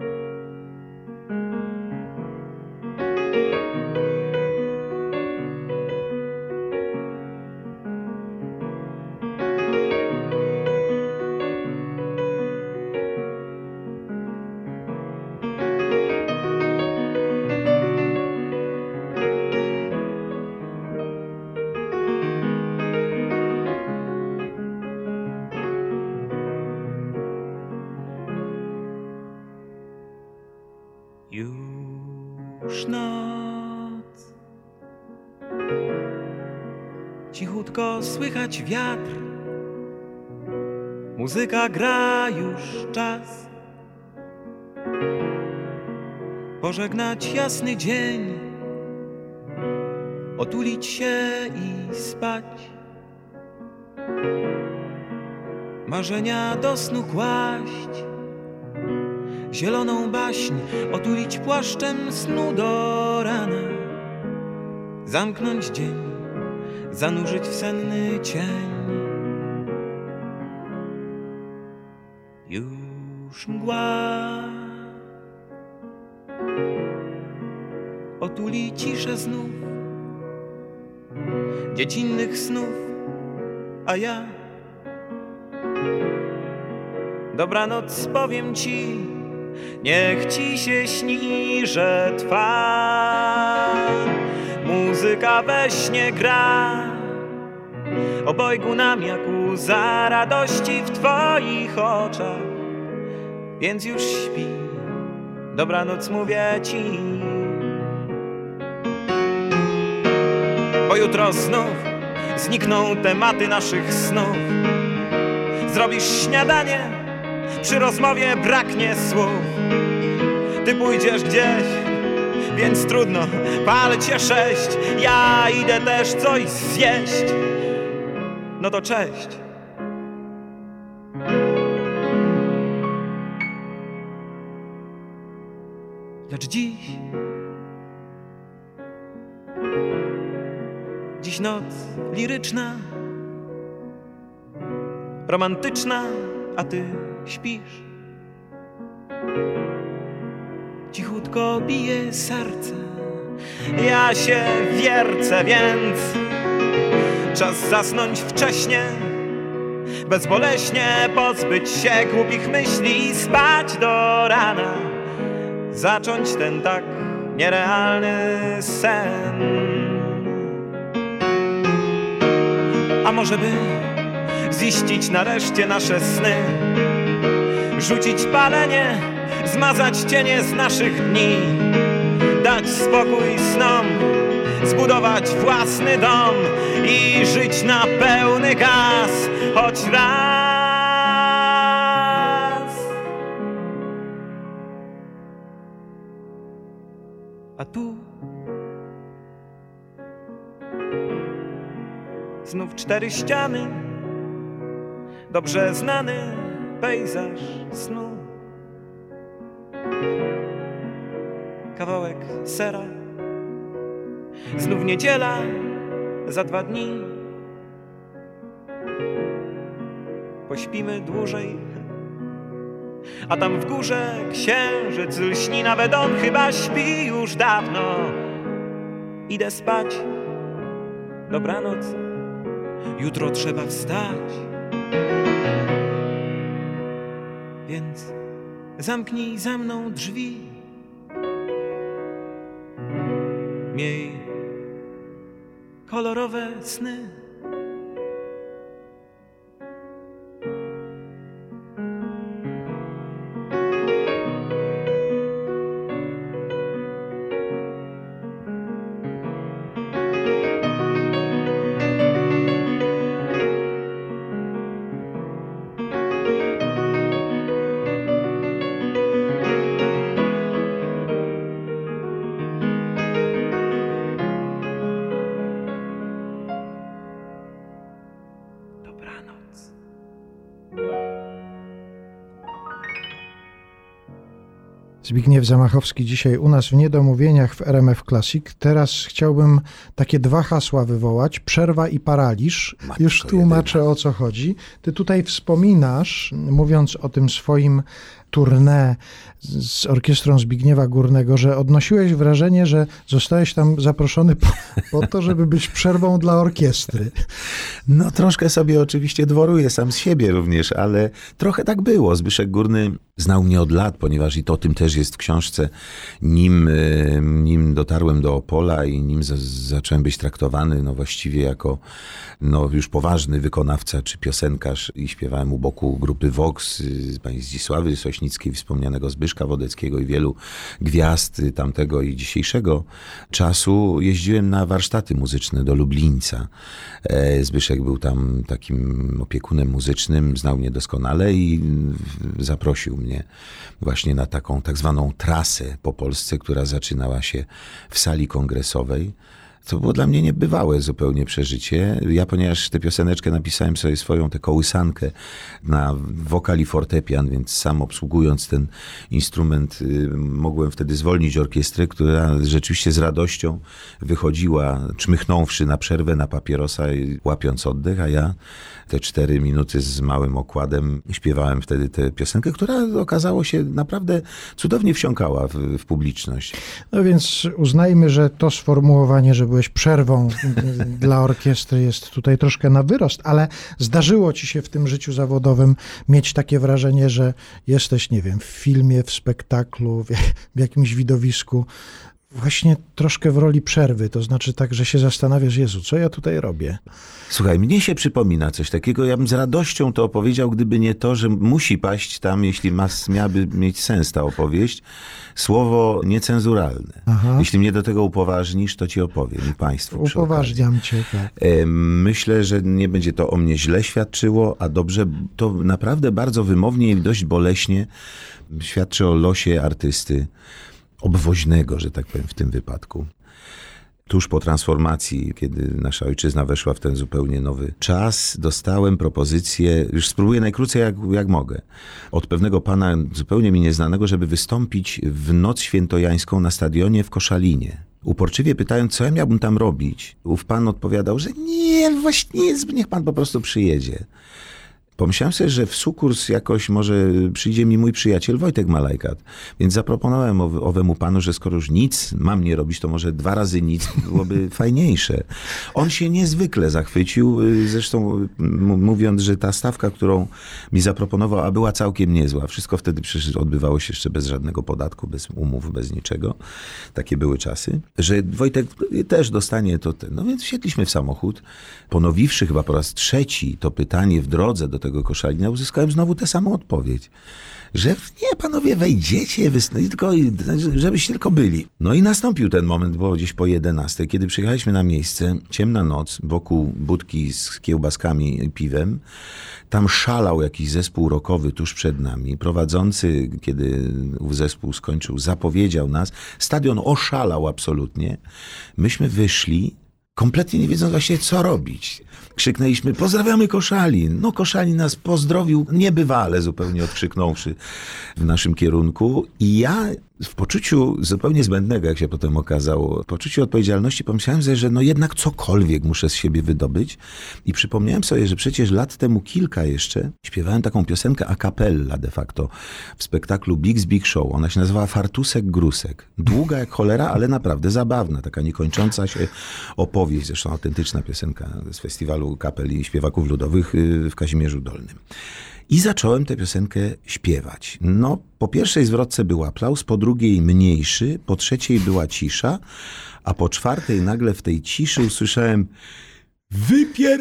Już noc, cichutko słychać wiatr, muzyka gra już czas. Pożegnać jasny dzień, otulić się i spać. Marzenia do snu kłaść, zieloną baśń otulić płaszczem snu do rana. Zamknąć dzień, zanurzyć w senny cień. Już mgła otuli ciszę znów, dziecinnych snów, a ja Dobranoc powiem ci, niech ci się śni, że trwa muzyka we śnie gra, obojgu nam jak łza radości w twoich oczach, więc już śpi, dobranoc mówię ci. Bo jutro znów znikną tematy naszych snów. Zrobisz śniadanie, przy rozmowie braknie słów. Ty pójdziesz gdzieś, więc trudno, palcie sześć. Ja idę też coś zjeść. No to cześć. Lecz dziś Dziś noc liryczna, romantyczna, a ty śpisz. Cichutko bije serce, ja się wiercę, więc czas zasnąć wcześnie, bezboleśnie pozbyć się głupich myśli i spać do rana, zacząć ten tak nierealny sen. A może by ziścić nareszcie nasze sny, rzucić palenie, zmazać cienie z naszych dni, dać spokój snom, zbudować własny dom i żyć na pełny gaz, choć raz. A tu znów cztery ściany, dobrze znany pejzaż snu. Kawałek sera, znów niedziela za dwa dni. Pośpimy dłużej, a tam w górze księżyc lśni, nawet on chyba śpi już dawno. Idę spać, dobranoc, jutro trzeba wstać. Więc zamknij za mną drzwi. Miej kolorowe sny. Zbigniew Zamachowski dzisiaj u nas w Niedomówieniach w R M F Classic. Teraz chciałbym takie dwa hasła wywołać. Przerwa i paraliż. Matko Już tłumaczę, jedyna. o co chodzi. Ty tutaj wspominasz, mówiąc o tym swoim tournée z orkiestrą Zbigniewa Górnego, że odnosiłeś wrażenie, że zostałeś tam zaproszony po, po to, żeby być przerwą dla orkiestry. No troszkę sobie oczywiście dworuję sam z siebie również, ale trochę tak było. Zbyszek Górny znał mnie od lat, ponieważ i to o tym też jest w książce. Nim, nim dotarłem do Opola i nim za, zacząłem być traktowany no właściwie jako no już poważny wykonawca czy piosenkarz i śpiewałem u boku grupy Vox, pani Zdzisławy Sośnickiej, wspomnianego Zbyszka Wodeckiego i wielu gwiazd tamtego i dzisiejszego czasu. Jeździłem na warsztaty muzyczne do Lublińca. Zbyszek był tam takim opiekunem muzycznym, znał mnie doskonale i zaprosił mnie właśnie na taką tak zwaną trasę po Polsce, która zaczynała się w sali kongresowej. To było dla mnie niebywałe zupełnie przeżycie. Ja, ponieważ tę pioseneczkę napisałem sobie swoją, tę kołysankę na wokal i fortepian, więc sam obsługując ten instrument y, mogłem wtedy zwolnić orkiestrę, która rzeczywiście z radością wychodziła, czmychnąwszy na przerwę na papierosa i łapiąc oddech, a ja te cztery minuty z małym okładem śpiewałem wtedy tę piosenkę, która okazało się naprawdę cudownie wsiąkała w, w publiczność. No więc uznajmy, że to sformułowanie, że byłeś przerwą dla orkiestry, jest tutaj troszkę na wyrost, ale zdarzyło ci się w tym życiu zawodowym mieć takie wrażenie, że jesteś, nie wiem, w filmie, w spektaklu, w, w jakimś widowisku, właśnie troszkę w roli przerwy, to znaczy tak, że się zastanawiasz, Jezu, co ja tutaj robię? Słuchaj, mnie się przypomina coś takiego, ja bym z radością to opowiedział, gdyby nie to, że musi paść tam, jeśli ma, miałaby mieć sens ta opowieść, słowo niecenzuralne. Aha. Jeśli mnie do tego upoważnisz, to ci opowiem i państwu. Upoważniam cię, tak. Myślę, że nie będzie to o mnie źle świadczyło, a dobrze, to naprawdę bardzo wymownie i dość boleśnie świadczy o losie artysty, obwoźnego, że tak powiem w tym wypadku. Tuż po transformacji, kiedy nasza ojczyzna weszła w ten zupełnie nowy czas, dostałem propozycję, już spróbuję najkrócej jak, jak mogę, od pewnego pana zupełnie mi nieznanego, żeby wystąpić w noc świętojańską na stadionie w Koszalinie. Uporczywie pytając, co ja miałbym tam robić, ów pan odpowiadał, że nie, właśnie niech pan po prostu przyjedzie. Pomyślałem sobie, że w sukurs jakoś może przyjdzie mi mój przyjaciel Wojtek Malajkat, więc zaproponowałem ow- owemu panu, że skoro już nic mam nie robić, to może dwa razy nic byłoby fajniejsze. On się niezwykle zachwycił, zresztą m- mówiąc, że ta stawka, którą mi zaproponował, a była całkiem niezła. Wszystko wtedy przecież odbywało się jeszcze bez żadnego podatku, bez umów, bez niczego. Takie były czasy. Że Wojtek też dostanie to. Ten. No więc wsiedliśmy w samochód. Ponowiwszy chyba po raz trzeci to pytanie w drodze do tego Koszalina, uzyskałem znowu tę samą odpowiedź. Że nie, panowie, wejdziecie, wys- tylko, żebyście tylko byli. No i nastąpił ten moment, było gdzieś po jedenastej, kiedy przyjechaliśmy na miejsce, ciemna noc, wokół budki z kiełbaskami i piwem. Tam szalał jakiś zespół rockowy tuż przed nami. Prowadzący, kiedy ów zespół skończył, zapowiedział nas. Stadion oszalał absolutnie. Myśmy wyszli, kompletnie nie wiedząc właśnie, co robić. Krzyknęliśmy, pozdrawiamy Koszalin. No Koszalin nas pozdrowił niebywale, zupełnie odkrzyknąwszy w naszym kierunku. I ja w poczuciu zupełnie zbędnego, jak się potem okazało, w poczuciu odpowiedzialności pomyślałem sobie, że no jednak cokolwiek muszę z siebie wydobyć. I przypomniałem sobie, że przecież lat temu kilka jeszcze śpiewałem taką piosenkę a cappella de facto w spektaklu Big's Big Show. Ona się nazywała Fartusek Grusek. Długa jak cholera, ale naprawdę zabawna. Taka niekończąca się opowieść. Zresztą autentyczna piosenka z festiwalu kapel i śpiewaków ludowych w Kazimierzu Dolnym. I zacząłem tę piosenkę śpiewać. No, po pierwszej zwrotce był aplauz, po drugiej mniejszy, po trzeciej była cisza, a po czwartej nagle w tej ciszy usłyszałem wypier...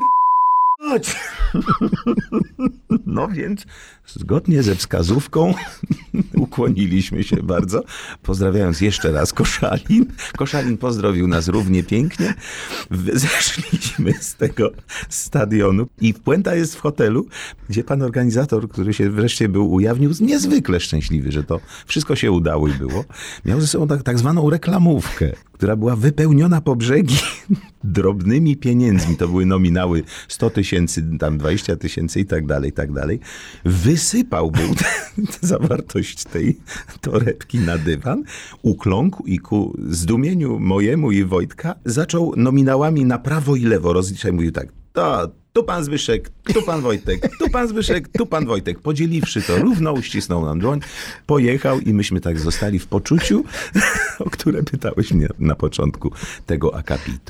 No więc zgodnie ze wskazówką ukłoniliśmy się bardzo, pozdrawiając jeszcze raz Koszalin. Koszalin pozdrowił nas równie pięknie. Zeszliśmy z tego stadionu i puenta jest w hotelu, gdzie pan organizator, który się wreszcie był ujawnił, niezwykle szczęśliwy, że to wszystko się udało i było. Miał ze sobą tak, tak zwaną reklamówkę, która była wypełniona po brzegi drobnymi pieniędzmi. To były nominały sto tysięcy, tam dwadzieścia tysięcy i tak dalej, i tak dalej. Wysypał był tę zawartość tej torebki na dywan, ukląkł i ku zdumieniu mojemu i Wojtka zaczął nominałami na prawo i lewo rozliczać. Mówił tak, to tu pan Zbyszek, tu pan Wojtek, tu pan Zbyszek, tu pan Wojtek. Podzieliwszy to równo, uścisnął nam dłoń, pojechał i myśmy tak zostali w poczuciu, o które pytałeś mnie na początku tego akapitu.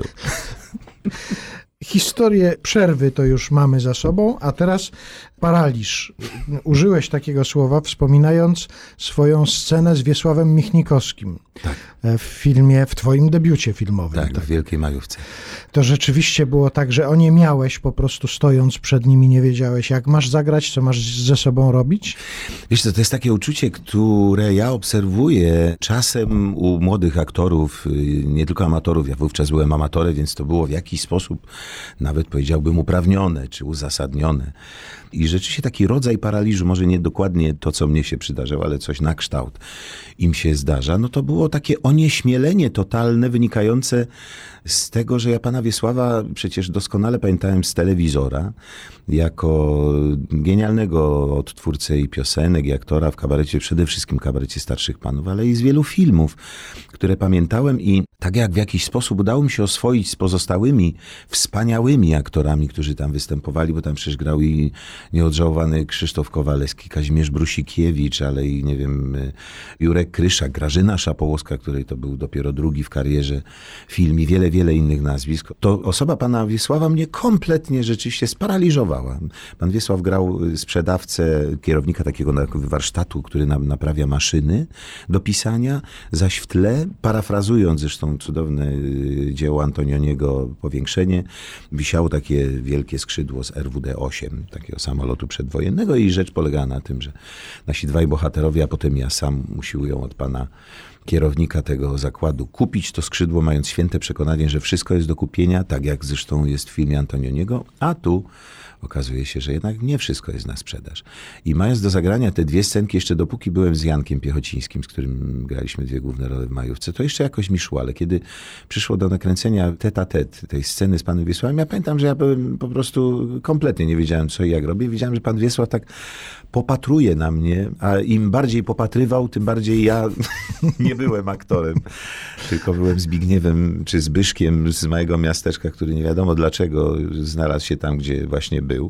Historię przerwy to już mamy za sobą, a teraz paraliż. Użyłeś takiego słowa, wspominając swoją scenę z Wiesławem Michnikowskim. Tak. W filmie, w twoim debiucie filmowym. Tak, tak, w Wielkiej Majówce. To rzeczywiście było tak, że oniemiałeś po prostu stojąc przed nimi, nie wiedziałeś, jak masz zagrać, co masz ze sobą robić? Wiesz co, to jest takie uczucie, które ja obserwuję czasem u młodych aktorów, nie tylko amatorów. Ja wówczas byłem amatorem, więc to było w jakiś sposób nawet powiedziałbym uprawnione czy uzasadnione. I rzeczywiście taki rodzaj paraliżu, może nie dokładnie to, co mnie się przydarzyło, ale coś na kształt im się zdarza, no to było takie onieśmielenie totalne wynikające z tego, że ja pana Wiesława przecież doskonale pamiętałem z telewizora, jako genialnego odtwórcę i piosenek, i aktora w kabarecie, przede wszystkim kabarecie Starszych Panów, ale i z wielu filmów, które pamiętałem i tak jak w jakiś sposób udało mi się oswoić z pozostałymi wspaniałymi aktorami, którzy tam występowali, bo tam przecież grał i nieodżałowany Krzysztof Kowalewski, Kazimierz Brusikiewicz, ale i nie wiem, Jurek Kryszak, Grażyna Szapołowska, której to był dopiero drugi w karierze film i wiele, wiele innych nazwisk. To osoba pana Wiesława mnie kompletnie rzeczywiście sparaliżowała. Pan Wiesław grał sprzedawcę, kierownika takiego warsztatu, który nam naprawia maszyny do pisania, zaś w tle, parafrazując zresztą cudowne dzieło Antonioniego Powiększenie, wisiało takie wielkie skrzydło z R W D osiem, takiego samolotu przedwojennego i rzecz polegała na tym, że nasi dwaj bohaterowie, a potem ja sam usiłują od pana kierownika tego zakładu kupić to skrzydło, mając święte przekonanie, że wszystko jest do kupienia, tak jak zresztą jest w filmie Antonioniego, a tu okazuje się, że jednak nie wszystko jest na sprzedaż. I mając do zagrania te dwie scenki, jeszcze dopóki byłem z Jankiem Piechocińskim, z którym graliśmy dwie główne role w Majówce, to jeszcze jakoś mi szło, ale kiedy przyszło do nakręcenia tete a tete tej sceny z panem Wiesławem, ja pamiętam, że ja byłem po prostu kompletnie nie wiedziałem, co i jak robię. Widziałem, że pan Wiesław tak popatruje na mnie, a im bardziej popatrywał, tym bardziej ja nie byłem aktorem, tylko byłem Zbigniewem czy Zbyszkiem z małego miasteczka, który nie wiadomo dlaczego znalazł się tam, gdzie właśnie był.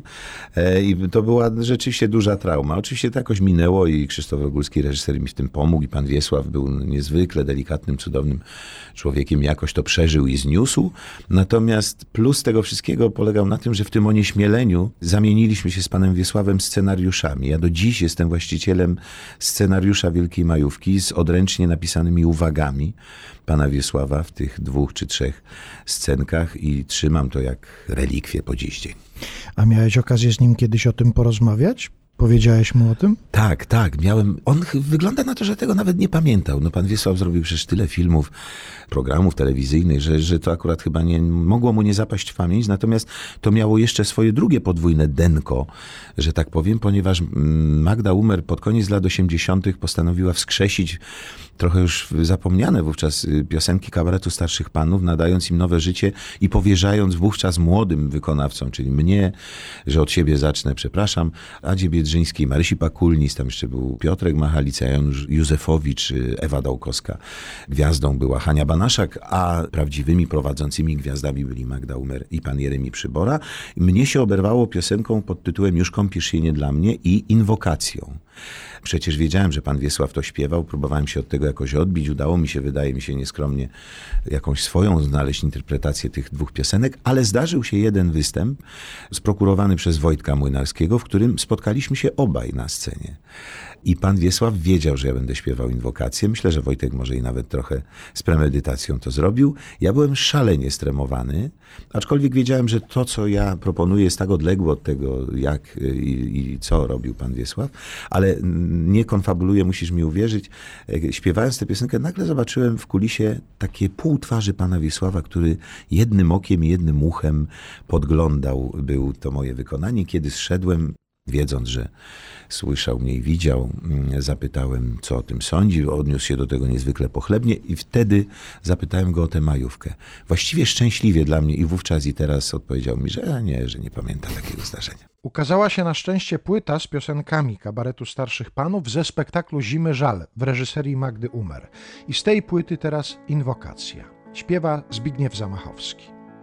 I to była rzeczywiście duża trauma. Oczywiście to jakoś minęło i Krzysztof Rogulski, reżyser, mi w tym pomógł i pan Wiesław był niezwykle delikatnym, cudownym człowiekiem. Jakoś to przeżył i zniósł. Natomiast plus tego wszystkiego polegał na tym, że w tym onieśmieleniu zamieniliśmy się z panem Wiesławem scenariuszami. Ja do dziś jestem właścicielem scenariusza Wielkiej Majówki z odręcznie napisanymi uwagami pana Wiesława w tych dwóch czy trzech scenkach i trzymam to jak relikwię po dziś dzień. A miałeś okazję z nim kiedyś o tym porozmawiać? Powiedziałeś mu o tym? Tak, tak, miałem. On ch- wygląda na to, że tego nawet nie pamiętał. No pan Wiesław zrobił przecież tyle filmów, programów telewizyjnych, że, że to akurat chyba nie mogło mu nie zapaść w pamięć. Natomiast to miało jeszcze swoje drugie podwójne denko, że tak powiem, ponieważ Magda Umer pod koniec lat osiemdziesiątych postanowiła wskrzesić trochę już zapomniane wówczas piosenki kabaretu Starszych Panów, nadając im nowe życie i powierzając wówczas młodym wykonawcom, czyli mnie, że od siebie zacznę, przepraszam, Adzie Biedrzyńskiej, Marysi Pakulnis, tam jeszcze był Piotrek Machalica, Janusz Józefowicz, Ewa Dałkowska. Gwiazdą była Hania Banaszak, a prawdziwymi prowadzącymi gwiazdami byli Magda Umer i pan Jeremi Przybora. Mnie się oberwało piosenką pod tytułem Już kąpisz się nie dla mnie i inwokacją. Przecież wiedziałem, że pan Wiesław to śpiewał, próbowałem się od tego jakoś odbić, udało mi się, wydaje mi się nieskromnie, jakąś swoją znaleźć interpretację tych dwóch piosenek, ale zdarzył się jeden występ, sprokurowany przez Wojtka Młynarskiego, w którym spotkaliśmy się obaj na scenie. I pan Wiesław wiedział, że ja będę śpiewał inwokację. Myślę, że Wojtek może i nawet trochę z premedytacją to zrobił. Ja byłem szalenie stremowany, aczkolwiek wiedziałem, że to, co ja proponuję, jest tak odległe od tego, jak i, i co robił pan Wiesław, ale nie konfabuluję, musisz mi uwierzyć. Śpiewając tę piosenkę, nagle zobaczyłem w kulisie takie pół twarzy pana Wiesława, który jednym okiem i jednym uchem podglądał. Był to moje wykonanie. Kiedy zszedłem, wiedząc, że słyszał mnie i widział, zapytałem, co o tym sądzi. Odniósł się do tego niezwykle pochlebnie i wtedy zapytałem go o tę majówkę. Właściwie szczęśliwie dla mnie i wówczas i teraz odpowiedział mi, że nie, że nie pamięta takiego zdarzenia. Ukazała się na szczęście płyta z piosenkami kabaretu Starszych Panów ze spektaklu Zimy Żal w reżyserii Magdy Umer. I z tej płyty teraz inwokacja. Śpiewa Zbigniew Zamachowski.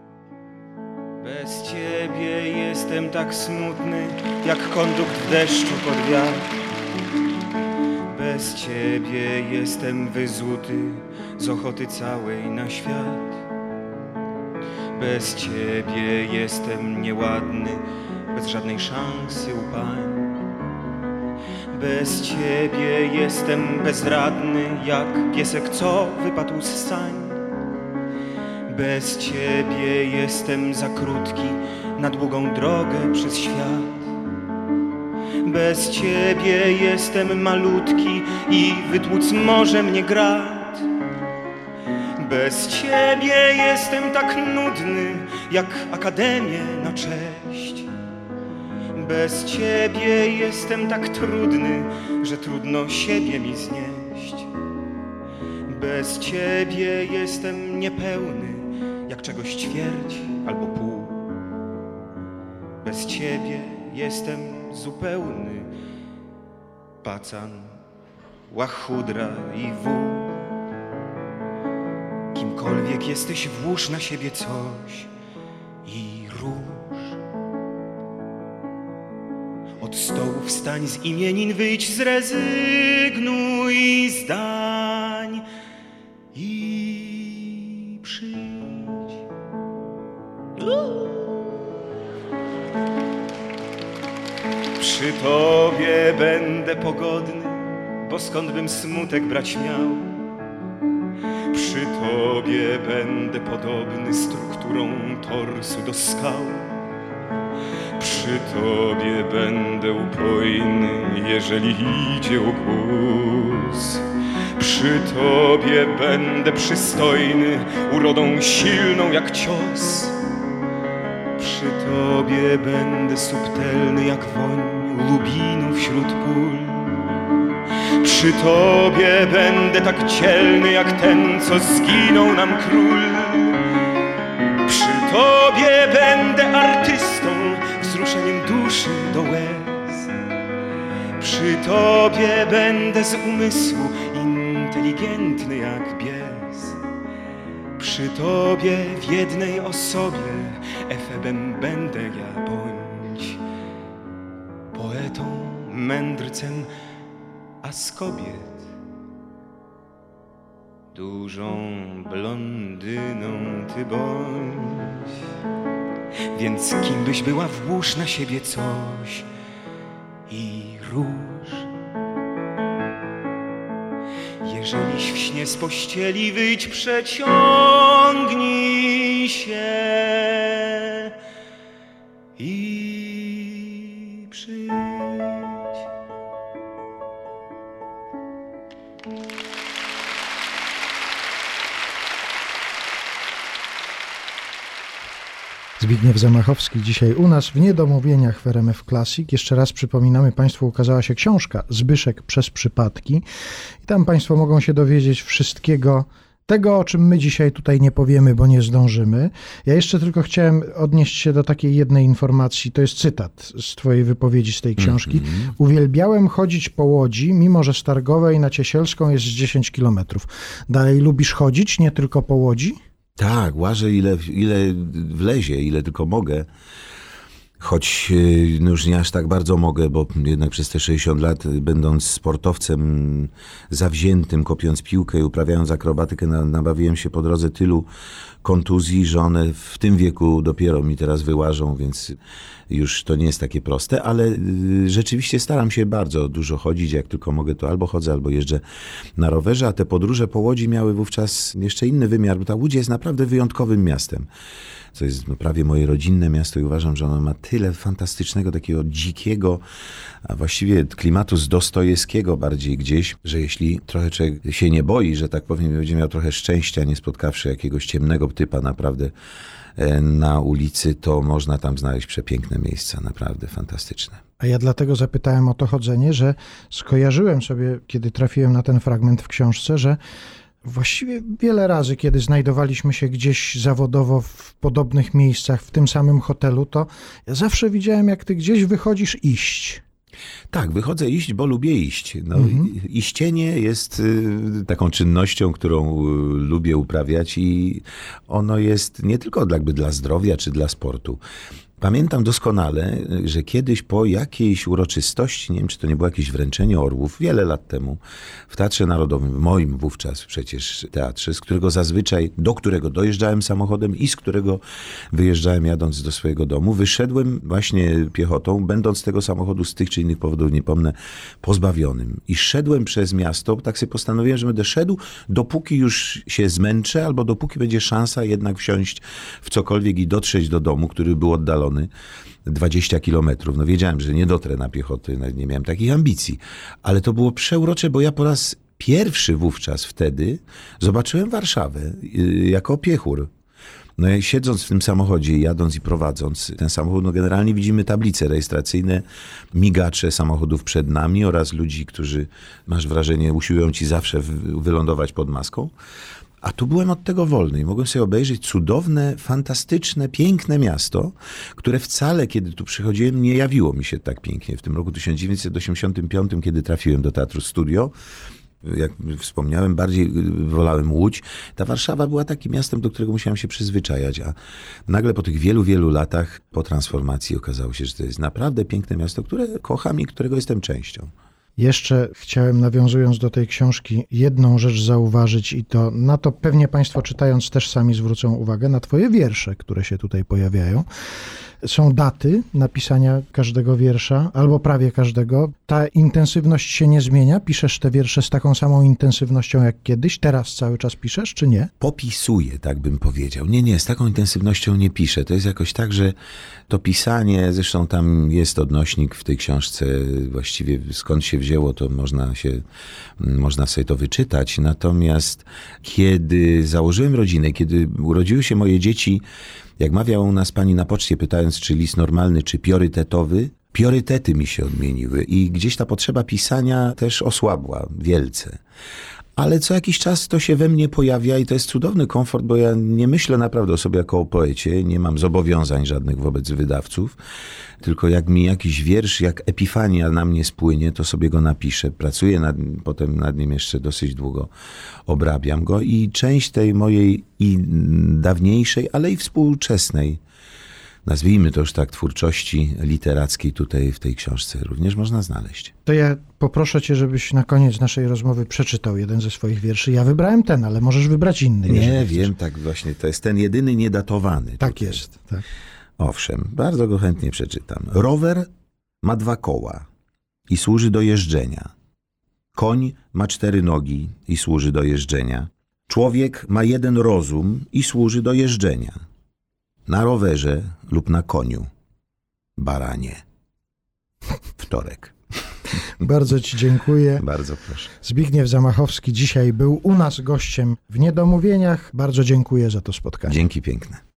Bez ciebie jestem tak smutny, jak kondukt w deszczu pod wiatr. Bez ciebie jestem wyzuty z ochoty całej na świat. Bez ciebie jestem nieładny, bez żadnej szansy u pań. Bez ciebie jestem bezradny, jak piesek, co wypadł z sań. Bez ciebie jestem za krótki na długą drogę przez świat. Bez ciebie jestem malutki i wytłuc może mnie grat. Bez ciebie jestem tak nudny, jak akademię na cześć. Bez ciebie jestem tak trudny, że trudno siebie mi znieść. Bez ciebie jestem niepełny, jak czegoś ćwierć albo pół. Bez ciebie jestem zupełny pacan, łachudra i wół. Kimkolwiek Gdziekolwiek jesteś, włóż na siebie coś i rusz. Od stołu wstań, z imienin wyjdź, zrezygnuj zdań i przyjdź. Przy tobie będę pogodny, bo skąd bym smutek brać miał? Przy tobie będę podobny strukturą torsu do skał. Przy tobie będę upojny, jeżeli idzie głos. Przy tobie będę przystojny, urodą silną jak cios. Przy tobie będę subtelny jak woń lubinu wśród pól. Przy tobie będę tak dzielny jak ten, co zginął nam król. Przy tobie będę artystą, wzruszeniem duszy do łez. Przy tobie będę z umysłu inteligentny jak bies. Przy tobie w jednej osobie efebem będę ja, bądź poetą, mędrcem, a z kobiet dużą blondyną ty bądź. Więc kim byś była, włóż na siebie coś i rusz. Jeżeliś w śnie z pościeli, wyjdź, przeciągnij się i przyjdź. Zbigniew Zamachowski dzisiaj u nas w Niedomówieniach w R M F Classic. Jeszcze raz przypominamy Państwu, ukazała się książka Zbyszek przez przypadki i tam Państwo mogą się dowiedzieć wszystkiego tego, o czym my dzisiaj tutaj nie powiemy, bo nie zdążymy. Ja jeszcze tylko chciałem odnieść się do takiej jednej informacji, to jest cytat z twojej wypowiedzi z tej książki. Mm-hmm. Uwielbiałem chodzić po Łodzi, mimo że z Targowej na Ciesielską jest dziesięć kilometrów. Dalej lubisz chodzić, nie tylko po Łodzi? Tak, łażę ile, ile wlezie, ile tylko mogę. Choć no już nie aż tak bardzo mogę, bo jednak przez te sześćdziesiąt lat, będąc sportowcem zawziętym, kopiąc piłkę i uprawiając akrobatykę, nabawiłem się po drodze tylu kontuzji, że one w tym wieku dopiero mi teraz wyłażą, więc już to nie jest takie proste, ale rzeczywiście staram się bardzo dużo chodzić, jak tylko mogę, to albo chodzę, albo jeżdżę na rowerze, a te podróże po Łodzi miały wówczas jeszcze inny wymiar, bo ta Łódź jest naprawdę wyjątkowym miastem. To jest prawie moje rodzinne miasto i uważam, że ono ma tyle fantastycznego, takiego dzikiego, a właściwie klimatu z Dostojewskiego bardziej gdzieś, że jeśli trochę człowiek się nie boi, że tak powiem, będzie miał trochę szczęścia, nie spotkawszy jakiegoś ciemnego typa naprawdę na ulicy, to można tam znaleźć przepiękne miejsca, naprawdę fantastyczne. A ja dlatego zapytałem o to chodzenie, że skojarzyłem sobie, kiedy trafiłem na ten fragment w książce, że właściwie wiele razy, kiedy znajdowaliśmy się gdzieś zawodowo w podobnych miejscach, w tym samym hotelu, to ja zawsze widziałem, jak ty gdzieś wychodzisz iść. Tak, wychodzę iść, bo lubię iść. No, mhm. Iścienie jest y, taką czynnością, którą y, lubię uprawiać i ono jest nie tylko jakby dla zdrowia czy dla sportu. Pamiętam doskonale, że kiedyś po jakiejś uroczystości, nie wiem, czy to nie było jakieś wręczenie orłów, wiele lat temu, w Teatrze Narodowym, w moim wówczas przecież teatrze, z którego zazwyczaj, do którego dojeżdżałem samochodem i z którego wyjeżdżałem jadąc do swojego domu, wyszedłem właśnie piechotą, będąc tego samochodu z tych czy innych powodów, nie pomnę, pozbawionym. I szedłem przez miasto, tak sobie postanowiłem, że będę szedł, dopóki już się zmęczę, albo dopóki będzie szansa jednak wsiąść w cokolwiek i dotrzeć do domu, który był oddalony dwadzieścia kilometrów. No wiedziałem, że nie dotrę na piechotę, nie miałem takich ambicji. Ale to było przeurocze, bo ja po raz pierwszy wówczas wtedy zobaczyłem Warszawę jako piechur. No i siedząc w tym samochodzie, jadąc i prowadząc ten samochód, no generalnie widzimy tablice rejestracyjne, migacze samochodów przed nami oraz ludzi, którzy, masz wrażenie, usiłują ci zawsze wylądować pod maską. A tu byłem od tego wolny i mogłem sobie obejrzeć cudowne, fantastyczne, piękne miasto, które wcale, kiedy tu przychodziłem, nie jawiło mi się tak pięknie. W tym roku tysiąc dziewięćset osiemdziesiątym piątym, kiedy trafiłem do Teatru Studio, Jak wspomniałem, bardziej wolałem Łódź. Ta Warszawa była takim miastem, do którego musiałem się przyzwyczajać, a nagle po tych wielu, wielu latach po transformacji okazało się, że to jest naprawdę piękne miasto, które kocham i którego jestem częścią. Jeszcze chciałem, nawiązując do tej książki, jedną rzecz zauważyć i to na to pewnie Państwo czytając też sami zwrócą uwagę, na Twoje wiersze, które się tutaj pojawiają. Są daty napisania każdego wiersza, albo prawie każdego. Ta intensywność się nie zmienia? Piszesz te wiersze z taką samą intensywnością jak kiedyś? Teraz cały czas piszesz, czy nie? Popisuję, tak bym powiedział. Nie, nie, z taką intensywnością nie piszę. To jest jakoś tak, że to pisanie, zresztą tam jest odnośnik w tej książce, właściwie skąd się wzięło, to można się, można sobie to wyczytać. Natomiast kiedy założyłem rodzinę, kiedy urodziły się moje dzieci, jak mawiała u nas pani na poczcie, pytając, czy list normalny, czy priorytetowy, priorytety mi się odmieniły i gdzieś ta potrzeba pisania też osłabła wielce. Ale co jakiś czas to się we mnie pojawia i to jest cudowny komfort, bo ja nie myślę naprawdę o sobie jako o poecie, nie mam zobowiązań żadnych wobec wydawców, tylko jak mi jakiś wiersz, jak epifania na mnie spłynie, to sobie go napiszę, pracuję nad, potem nad nim jeszcze dosyć długo, obrabiam go i część tej mojej i dawniejszej, ale i współczesnej, nazwijmy to już tak, twórczości literackiej tutaj w tej książce również można znaleźć. To ja poproszę cię, żebyś na koniec naszej rozmowy przeczytał jeden ze swoich wierszy. Ja wybrałem ten, ale możesz wybrać inny. Nie, wiem, tak właśnie, to jest ten jedyny niedatowany. Tak tutaj. jest, tak. Owszem, bardzo go chętnie przeczytam. Rower ma dwa koła i służy do jeżdżenia. Koń ma cztery nogi i służy do jeżdżenia. Człowiek ma jeden rozum i służy do jeżdżenia. Na rowerze lub na koniu. Baranie. Wtorek. Bardzo ci dziękuję. Bardzo proszę. Zbigniew Zamachowski dzisiaj był u nas gościem w Niedomówieniach. Bardzo dziękuję za to spotkanie. Dzięki piękne.